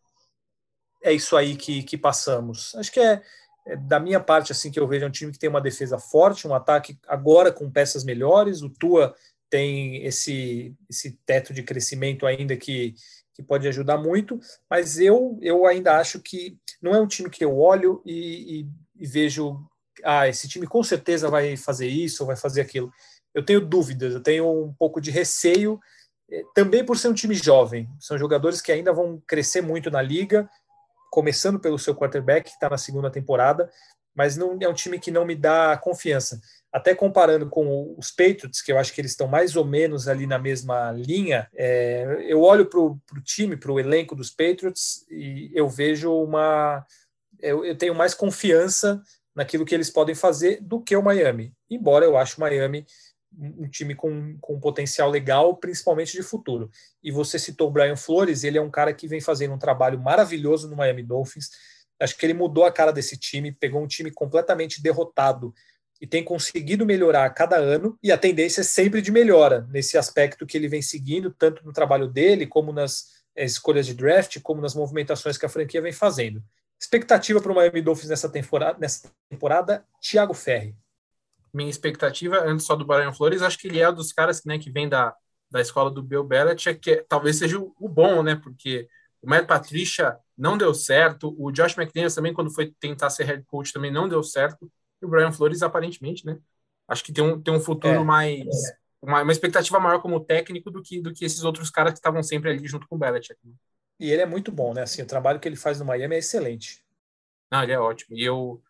é isso aí que, que passamos? Acho que é, é da minha parte assim que eu vejo, é um time que tem uma defesa forte, um ataque agora com peças melhores. O Tua tem esse, esse teto de crescimento ainda que, que pode ajudar muito, mas eu, eu ainda acho que não é um time que eu olho e, e e vejo, ah, esse time com certeza vai fazer isso ou vai fazer aquilo. Eu tenho dúvidas, eu tenho um pouco de receio, também por ser um time jovem. São jogadores que ainda vão crescer muito na liga, começando pelo seu quarterback, que está na segunda temporada, mas não é um time que não me dá confiança. Até comparando com os Patriots, que eu acho que eles estão mais ou menos ali na mesma linha, é, eu olho para o time, para o elenco dos Patriots, e eu vejo uma... Eu, eu tenho mais confiança naquilo que eles podem fazer do que o Miami, embora eu ache o Miami um time com, com um potencial legal, principalmente de futuro. E você citou o Brian Flores, ele é um cara que vem fazendo um trabalho maravilhoso no Miami Dolphins. Acho que ele mudou a cara desse time, pegou um time completamente derrotado e tem conseguido melhorar a cada ano, e a tendência é sempre de melhora nesse aspecto que ele vem seguindo, tanto no trabalho dele, como nas é, escolhas de draft, como nas movimentações que a franquia vem fazendo. Expectativa para o Miami Dolphins nessa temporada, nessa temporada, Thiago Ferri. Minha expectativa, antes só do Brian Flores, acho que ele é um dos caras, né, que vem da, da escola do Bill Belichick, que talvez seja o, o bom, né, porque o Matt Patricia não deu certo, o Josh McDaniels também, quando foi tentar ser head coach, também não deu certo, e o Brian Flores, aparentemente, né, acho que tem um, tem um futuro é, mais, é. Uma, uma expectativa maior como técnico do que, do que esses outros caras que estavam sempre ali junto com o Belichick, né? E ele é muito bom, né? Assim, o trabalho que ele faz no Miami é excelente. Não, ele é ótimo. E eu...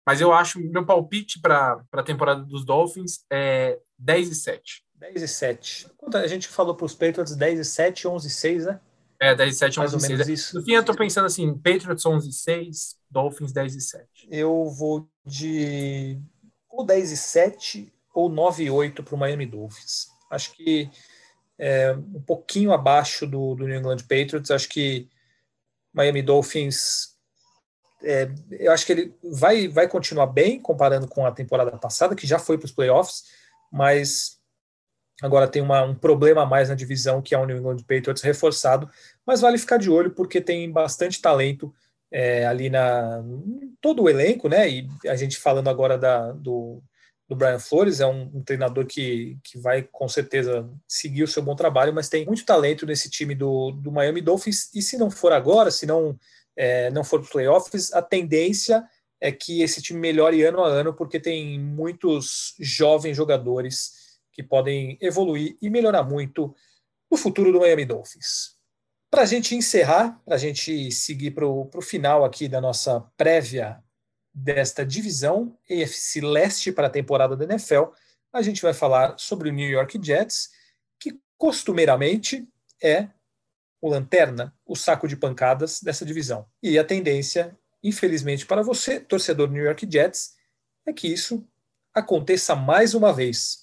Mas eu acho, meu palpite para a temporada dos Dolphins é dez e sete. dez e sete. A gente falou para os Patriots dez e sete, onze e seis, né? É, dez e sete, Mais onze e ou menos seis. isso. No fim, eu tô pensando assim, Patriots onze e seis, Dolphins dez e sete. Eu vou de ou dez e sete ou nove e oito para o Miami Dolphins. Acho que é um pouquinho abaixo do, do New England Patriots. Acho que Miami Dolphins, é, eu acho que ele vai, vai continuar bem comparando com a temporada passada, que já foi para os playoffs, mas agora tem uma, um problema a mais na divisão, que é o New England Patriots reforçado, mas vale ficar de olho porque tem bastante talento é, ali na todo o elenco, né? E a gente falando agora da, do, do Brian Flores, é um, um treinador que, que vai com certeza seguir o seu bom trabalho, mas tem muito talento nesse time do, do Miami Dolphins, e se não for agora, se não, é, não for para os playoffs, a tendência é que esse time melhore ano a ano, porque tem muitos jovens jogadores que podem evoluir e melhorar muito no futuro do Miami Dolphins. Para a gente encerrar, para a gente seguir para o final aqui da nossa prévia desta divisão A F C Leste para a temporada da N F L, a gente vai falar sobre o New York Jets, que costumeiramente é o lanterna, o saco de pancadas dessa divisão. E a tendência, infelizmente para você, torcedor do New York Jets, é que isso aconteça mais uma vez.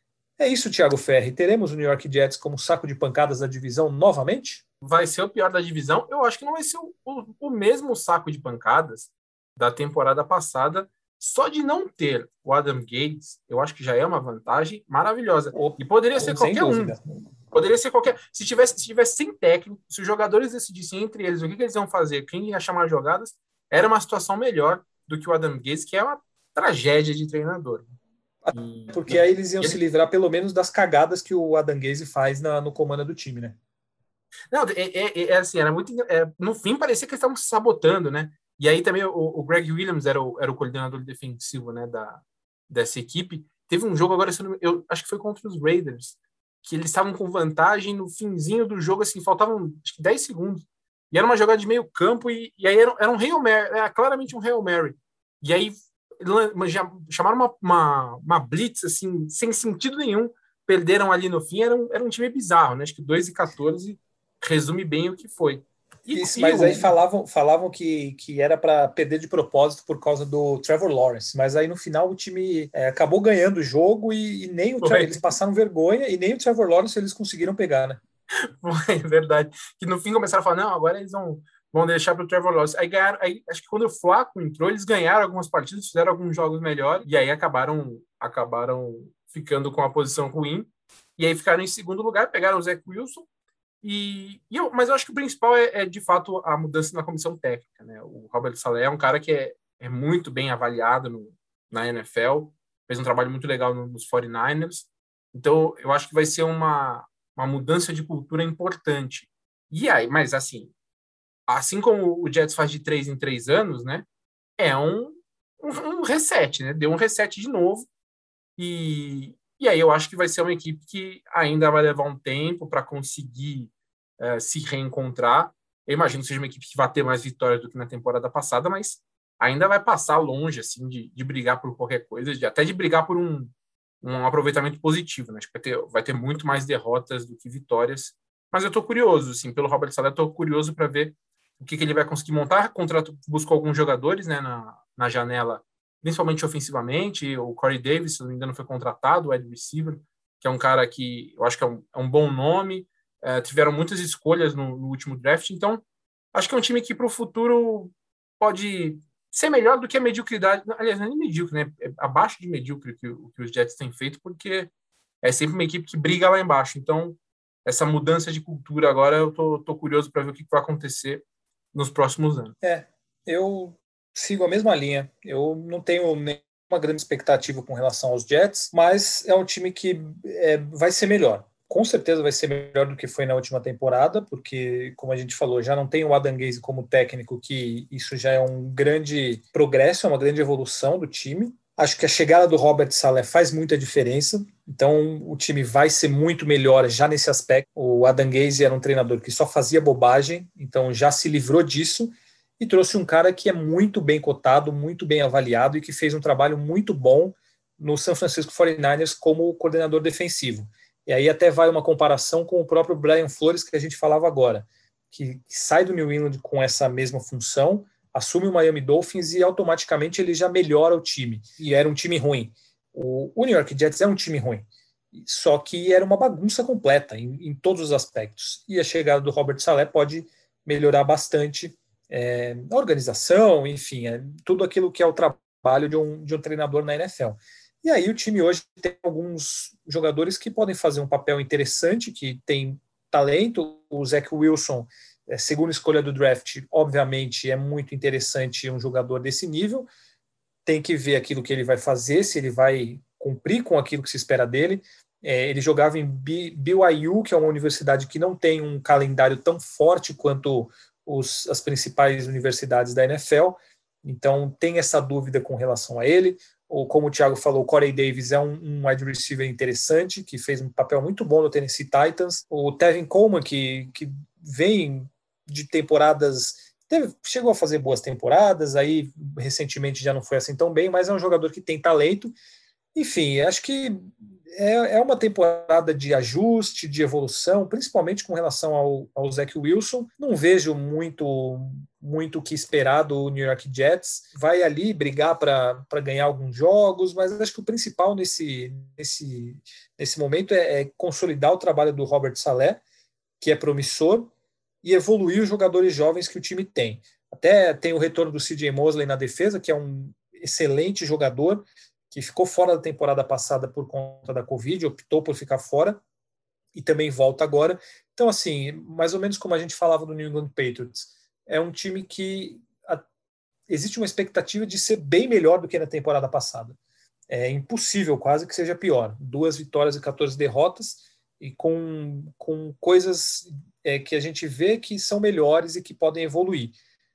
É isso, Thiago Ferri. Teremos o New York Jets como saco de pancadas da divisão novamente? Vai ser o pior da divisão. Eu acho que não vai ser o, o, o mesmo saco de pancadas da temporada passada. Só de não ter o Adam Gase, eu acho que já é uma vantagem maravilhosa. E poderia ser qualquer um. Poderia ser qualquer... Se tivesse, se tivesse sem técnico, se os jogadores decidissem entre eles o que, que eles iam fazer, quem ia chamar jogadas, era uma situação melhor do que o Adam Gase, que é uma tragédia de treinador. Porque aí eles iam ele... se livrar pelo menos das cagadas que o Adam Gase faz na, no comando do time, né? Não, é, é, é assim, era muito... É, no fim parecia que eles estavam se sabotando, né? E aí também o, o Greg Williams era o, era o coordenador defensivo, né, da, dessa equipe. Teve um jogo agora, eu acho que foi contra os Raiders, que eles estavam com vantagem no finzinho do jogo, assim, faltavam acho que dez segundos. E era uma jogada de meio campo, e, e aí era, era um Hail Mary, era claramente um Hail Mary. E aí chamaram uma, uma, uma blitz, assim, sem sentido nenhum, perderam ali no fim, era um, era um time bizarro, né? Acho que dois e quatorze resume bem o que foi. E, Isso, mas o... aí falavam, falavam que, que era para perder de propósito por causa do Trevor Lawrence, mas aí no final o time é, acabou ganhando o jogo e, e nem o Trevor, eles passaram vergonha e nem o Trevor Lawrence eles conseguiram pegar, né? Foi, é verdade. Que no fim começaram a falar, não, agora eles vão, vão deixar para o Trevor Lawrence. Aí ganharam, aí, acho que quando o Flacco entrou, eles ganharam algumas partidas, fizeram alguns jogos melhores, e aí acabaram, acabaram ficando com a posição ruim, e aí ficaram em segundo lugar, pegaram o Zach Wilson. E, e eu, mas eu acho que o principal é, é, de fato, a mudança na comissão técnica, né? O Robert Saleh é um cara que é, é muito bem avaliado no, na N F L, fez um trabalho muito legal no, nos forty-niners, então eu acho que vai ser uma, uma mudança de cultura importante. E aí, mas assim, assim como o Jets faz de três em três anos, né? É um, um, um reset, né? Deu um reset de novo, e, e aí eu acho que vai ser uma equipe que ainda vai levar um tempo para conseguir Uh, se reencontrar. Eu imagino que seja uma equipe que vai ter mais vitórias do que na temporada passada, mas ainda vai passar longe assim, de, de brigar por qualquer coisa, de, até de brigar por um, um aproveitamento positivo. Né? Acho que vai ter, vai ter muito mais derrotas do que vitórias. Mas eu estou curioso, assim, pelo Robert Saleh, estou curioso para ver o que, que ele vai conseguir montar. Contrato, buscou alguns jogadores, né, na, na janela, principalmente ofensivamente. O Corey Davis, se não me engano, foi contratado, o wide receiver, que é um cara que eu acho que é um, é um bom nome. Uh, tiveram muitas escolhas no, no último draft, então acho que é um time que para o futuro pode ser melhor do que a mediocridade, aliás, não é nem medíocre, né? É abaixo de medíocre que o que os Jets têm feito, porque é sempre uma equipe que briga lá embaixo, então essa mudança de cultura agora eu tô, tô curioso para ver o que vai acontecer nos próximos anos. É, eu sigo a mesma linha, eu não tenho nenhuma grande expectativa com relação aos Jets, mas é um time que é, vai ser melhor. Com certeza vai ser melhor do que foi na última temporada, porque, como a gente falou, já não tem o Adam Gase como técnico, que isso já é um grande progresso, é uma grande evolução do time. Acho que a chegada do Robert Saleh faz muita diferença, então o time vai ser muito melhor já nesse aspecto. O Adam Gase era um treinador que só fazia bobagem, então já se livrou disso, e trouxe um cara que é muito bem cotado, muito bem avaliado e que fez um trabalho muito bom no San Francisco forty-niners como coordenador defensivo. E aí até vai uma comparação com o próprio Brian Flores, que a gente falava agora, que sai do New England com essa mesma função, assume o Miami Dolphins e automaticamente ele já melhora o time. E era um time ruim. O, o New York Jets é um time ruim, só que era uma bagunça completa em, em todos os aspectos. E a chegada do Robert Saleh pode melhorar bastante é, a organização, enfim, é, tudo aquilo que é o trabalho de um, de um treinador na N F L. E aí o time hoje tem alguns jogadores que podem fazer um papel interessante, que tem talento. O Zach Wilson, é, segunda escolha do draft, obviamente é muito interessante um jogador desse nível. Tem que ver aquilo que ele vai fazer, se ele vai cumprir com aquilo que se espera dele. É, ele jogava em B Y U, que é uma universidade que não tem um calendário tão forte quanto os, as principais universidades da N F L, então tem essa dúvida com relação a ele. Ou, como o Thiago falou, o Corey Davis é um, um wide receiver interessante, que fez um papel muito bom no Tennessee Titans. O Tevin Coleman, que, que vem de temporadas... Teve, chegou a fazer boas temporadas, aí recentemente já não foi assim tão bem, mas é um jogador que tem talento. Enfim, acho que é, é uma temporada de ajuste, de evolução, principalmente com relação ao, ao Zach Wilson. Não vejo muito muito o que esperar do New York Jets. Vai ali brigar para ganhar alguns jogos, mas acho que o principal nesse, nesse, nesse momento é, é consolidar o trabalho do Robert Saleh, que é promissor, e evoluir os jogadores jovens que o time tem. Até tem o retorno do C J Mosley na defesa, que é um excelente jogador, que ficou fora da temporada passada por conta da Covid, optou por ficar fora, e também volta agora. Então, assim, mais ou menos como a gente falava do New England Patriots, é um time que a, existe uma expectativa de ser bem melhor do que na temporada passada. É impossível quase que seja pior. Duas vitórias e quatorze derrotas, e com, com coisas... É, que a gente vê que são melhores e que podem evoluir.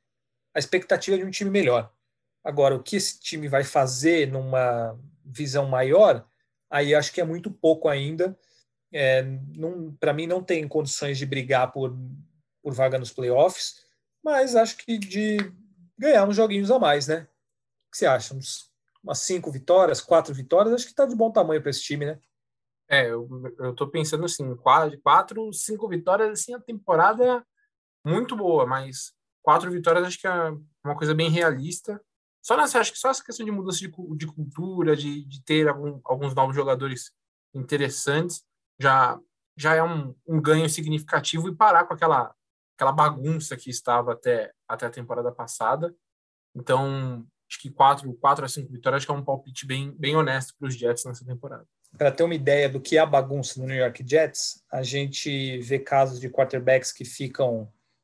A expectativa é de um time melhor. Agora, o que esse time vai fazer numa visão maior, aí acho que é muito pouco ainda. É, para mim, não tem condições de brigar por, por vaga nos playoffs, mas acho que de ganhar uns joguinhos a mais, né? O que você acha? Uns, umas cinco vitórias, quatro vitórias, acho que está de bom tamanho para esse time, né? É, eu, eu tô pensando assim, quatro, quatro, cinco vitórias, assim, a temporada muito boa, mas quatro vitórias acho que é uma coisa bem realista. Só nessa, acho que só essa questão de mudança de, de cultura, de, de ter algum, alguns novos jogadores interessantes, já, já é um, um ganho significativo, e parar com aquela, aquela bagunça que estava até, até a temporada passada. Então, acho que quatro, quatro a cinco vitórias acho que é um palpite bem, bem honesto para os Jets nessa temporada. Para ter uma ideia do que é a bagunça no New York Jets, a gente vê casos de quarterbacks que ficam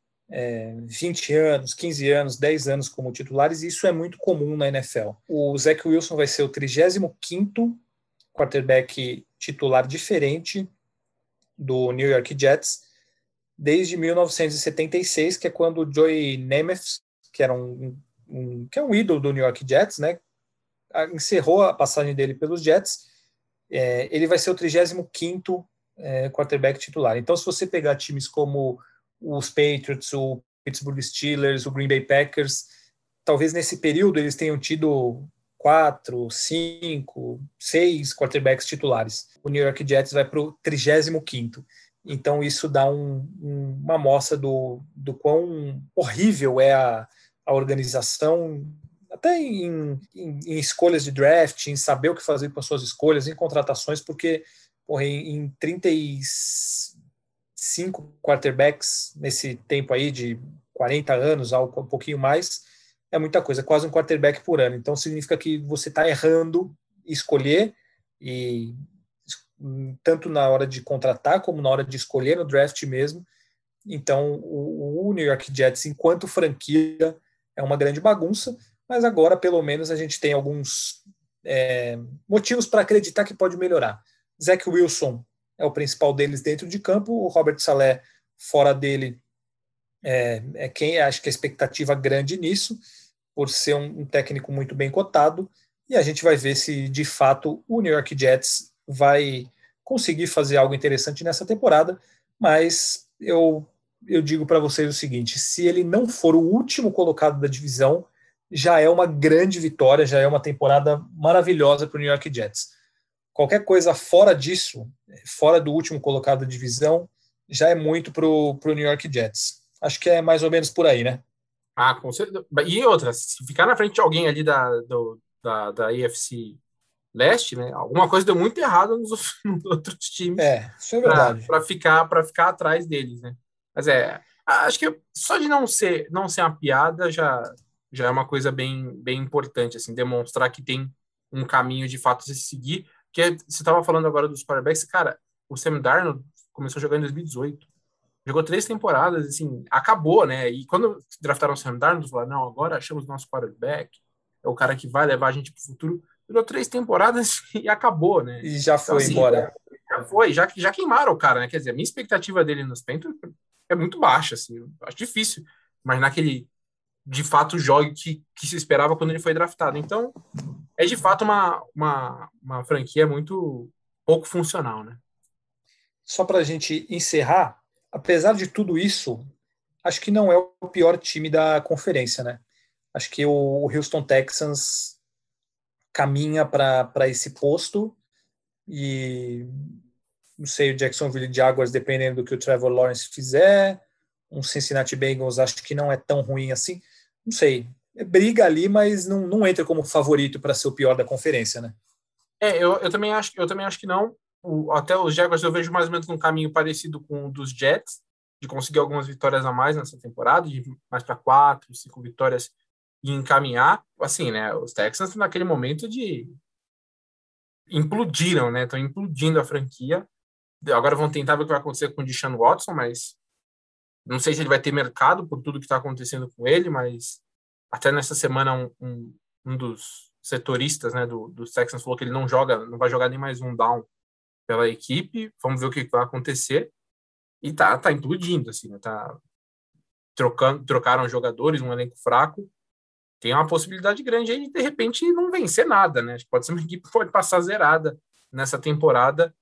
é, vinte anos, quinze anos, dez anos como titulares, e isso é muito comum na N F L. O Zach Wilson vai ser o trigésimo quinto quarterback titular diferente do New York Jets desde mil novecentos e setenta e seis, que é quando o Joey Namath, que era um, um, que é um ídolo do New York Jets, né, encerrou a passagem dele pelos Jets. É, ele vai ser o trigésimo quinto é, quarterback titular. Então, se você pegar times como os Patriots, o Pittsburgh Steelers, o Green Bay Packers, talvez nesse período eles tenham tido quatro, cinco, seis quarterbacks titulares. O New York Jets vai para o trigésimo quinto. Então, isso dá um, um, uma amostra do, do quão horrível é a, a organização, até em, em, em escolhas de draft, em saber o que fazer com as suas escolhas, em contratações, porque porra, em, em trinta e cinco quarterbacks nesse tempo aí de quarenta anos, algo um pouquinho mais, é muita coisa, quase um quarterback por ano. Então significa que você está errando escolher, e tanto na hora de contratar como na hora de escolher no draft mesmo. Então o, o New York Jets, enquanto franquia, é uma grande bagunça. Mas agora, pelo menos, a gente tem alguns é, motivos para acreditar que pode melhorar. Zach Wilson é o principal deles dentro de campo. O Robert Saleh, fora dele, é, é quem acho que a expectativa grande nisso, por ser um, um técnico muito bem cotado. E a gente vai ver se, de fato, o New York Jets vai conseguir fazer algo interessante nessa temporada. Mas eu eu digo para vocês o seguinte, se ele não for o último colocado da divisão, já é uma grande vitória, já é uma temporada maravilhosa para o New York Jets. Qualquer coisa fora disso, fora do último colocado da divisão, já é muito para o New York Jets. Acho que é mais ou menos por aí, né? Ah, com certeza. E outra, se ficar na frente de alguém ali da, do, da, da A F C Leste, né? Alguma coisa deu muito errado nos, nos outros times. É, isso é verdade. Para ficar, para ficar atrás deles, né? Mas é, acho que só de não ser, não ser uma piada já, já é uma coisa bem, bem importante, assim, demonstrar que tem um caminho de fato a se seguir. Porque você estava falando agora dos quarterbacks, cara, o Sam Darnold começou a jogar em dois mil e dezoito. Jogou três temporadas, assim, acabou, né? E quando draftaram o Sam Darnold, falaram, não, agora achamos nosso quarterback, é o cara que vai levar a gente para o futuro. Durou três temporadas e acabou, né? E já foi então, assim, embora. Já foi, já, já queimaram o cara, né? Quer dizer, a minha expectativa dele nos Panthers é muito baixa, assim. Eu acho difícil imaginar que ele, de fato, jogue que, que se esperava quando ele foi draftado. Então, é de fato uma, uma, uma franquia muito pouco funcional, né? Só para a gente encerrar, apesar de tudo isso, acho que não é o pior time da conferência, né? Acho que o Houston Texans caminha para esse posto e não sei, o Jacksonville Jaguars, dependendo do que o Trevor Lawrence fizer, um Cincinnati Bengals acho que não é tão ruim assim, não sei, é briga ali, mas não, não entra como favorito para ser o pior da conferência, né? É, eu, eu, também, acho, eu também acho que não. O, até os Jaguars eu vejo mais ou menos um caminho parecido com o dos Jets, de conseguir algumas vitórias a mais nessa temporada, de mais para quatro, cinco vitórias e encaminhar. Assim, né? Os Texans naquele momento de implodiram, né? Estão implodindo a franquia. Agora vão tentar ver o que vai acontecer com o Deshaun Watson, mas não sei se ele vai ter mercado por tudo que está acontecendo com ele, mas até nessa semana um, um, um dos setoristas, né, do, dos Texans falou que ele não joga, não vai jogar nem mais um down pela equipe. Vamos ver o que vai acontecer. E tá, tá implodindo, assim, né? Tá trocando, trocaram jogadores, um elenco fraco. Tem uma possibilidade grande aí de, de repente, não vencer nada, né? Acho que pode ser uma equipe que pode passar zerada nessa temporada,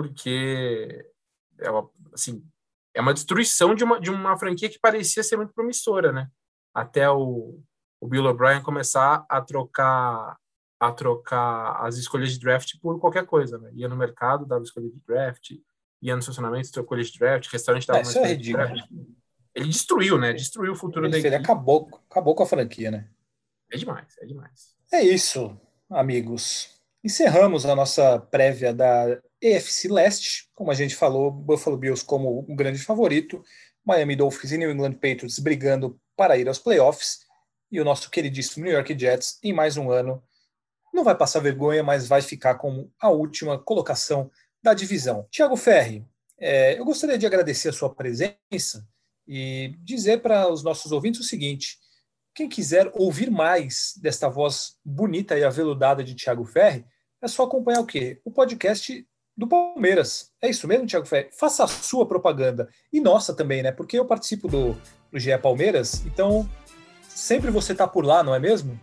porque é uma, assim, é uma destruição de uma, de uma franquia que parecia ser muito promissora, né? Até o, o Bill O'Brien começar a trocar, a trocar as escolhas de draft por qualquer coisa, né? Ia no mercado, dava escolha de draft, ia no estacionamento, trocou escolha de draft, restaurante dava é, uma isso é escolha de draft. Ele destruiu, né? Destruiu o futuro ele da fez, equipe. Acabou, acabou com a franquia, né? É demais, é demais. É isso, amigos. Encerramos a nossa prévia da A F C Leste. Como a gente falou, Buffalo Bills como um grande favorito, Miami Dolphins e New England Patriots brigando para ir aos playoffs, e o nosso queridíssimo New York Jets, em mais um ano, não vai passar vergonha, mas vai ficar como a última colocação da divisão. Thiago Ferri, é, eu gostaria de agradecer a sua presença e dizer para os nossos ouvintes o seguinte: quem quiser ouvir mais desta voz bonita e aveludada de Thiago Ferri, é só acompanhar o quê? O podcast do Palmeiras. É isso mesmo, Thiago Ferri? Faça a sua propaganda. E nossa também, né? Porque eu participo do, do G E Palmeiras, então sempre você está por lá, não é mesmo?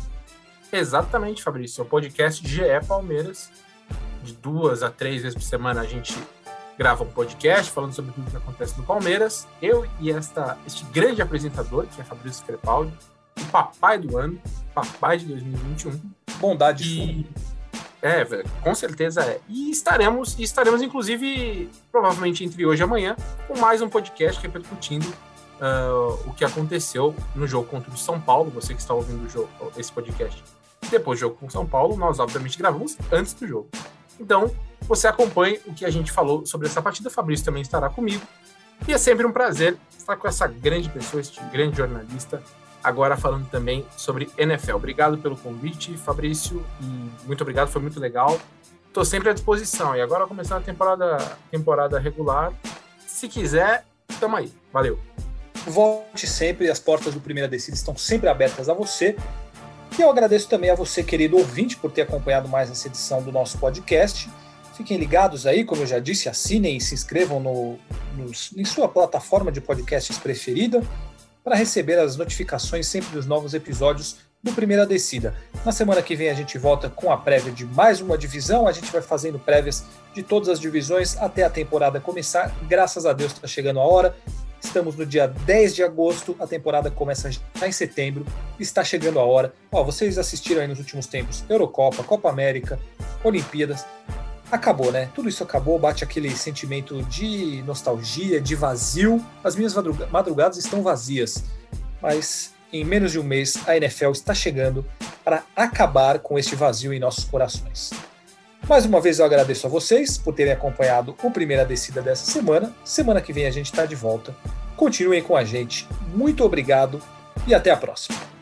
Exatamente, Fabrício. É o podcast G E Palmeiras. De duas a três vezes por semana a gente grava um podcast falando sobre tudo que acontece no Palmeiras. Eu e esta, este grande apresentador, que é Fabrício Crepaldi, o papai do ano, papai de dois mil e vinte e um. Bondade e, é, com certeza é. E estaremos, e estaremos, inclusive, provavelmente entre hoje e amanhã, com mais um podcast repercutindo uh, o que aconteceu no jogo contra o São Paulo. Você que está ouvindo o jogo, esse podcast depois do jogo com o São Paulo, nós obviamente gravamos antes do jogo. Então, você acompanhe o que a gente falou sobre essa partida. O Fabrício também estará comigo. E é sempre um prazer estar com essa grande pessoa, este grande jornalista, agora falando também sobre N F L. Obrigado pelo convite, Fabrício, e muito obrigado, foi muito legal. Estou sempre à disposição. E agora, começando a temporada, temporada regular, se quiser, estamos aí. Valeu. Volte sempre, as portas do Primeira Descida estão sempre abertas a você. E eu agradeço também a você, querido ouvinte, por ter acompanhado mais essa edição do nosso podcast. Fiquem ligados aí, como eu já disse, assinem e se inscrevam no, no, em sua plataforma de podcasts preferida para receber as notificações sempre dos novos episódios do Primeira Descida. Na semana que vem a gente volta com a prévia de mais uma divisão, a gente vai fazendo prévias de todas as divisões até a temporada começar. Graças a Deus está chegando a hora. Estamos no dia dez de agosto, a temporada começa já em setembro, está chegando a hora. Ó, vocês assistiram aí nos últimos tempos Eurocopa, Copa América, Olimpíadas. Acabou, né? Tudo isso acabou, bate aquele sentimento de nostalgia, de vazio. As minhas madrugadas estão vazias, mas em menos de um mês a N F L está chegando para acabar com este vazio em nossos corações. Mais uma vez eu agradeço a vocês por terem acompanhado o Primeira Descida dessa semana. Semana que vem a gente está de volta. Continuem com a gente. Muito obrigado e até a próxima.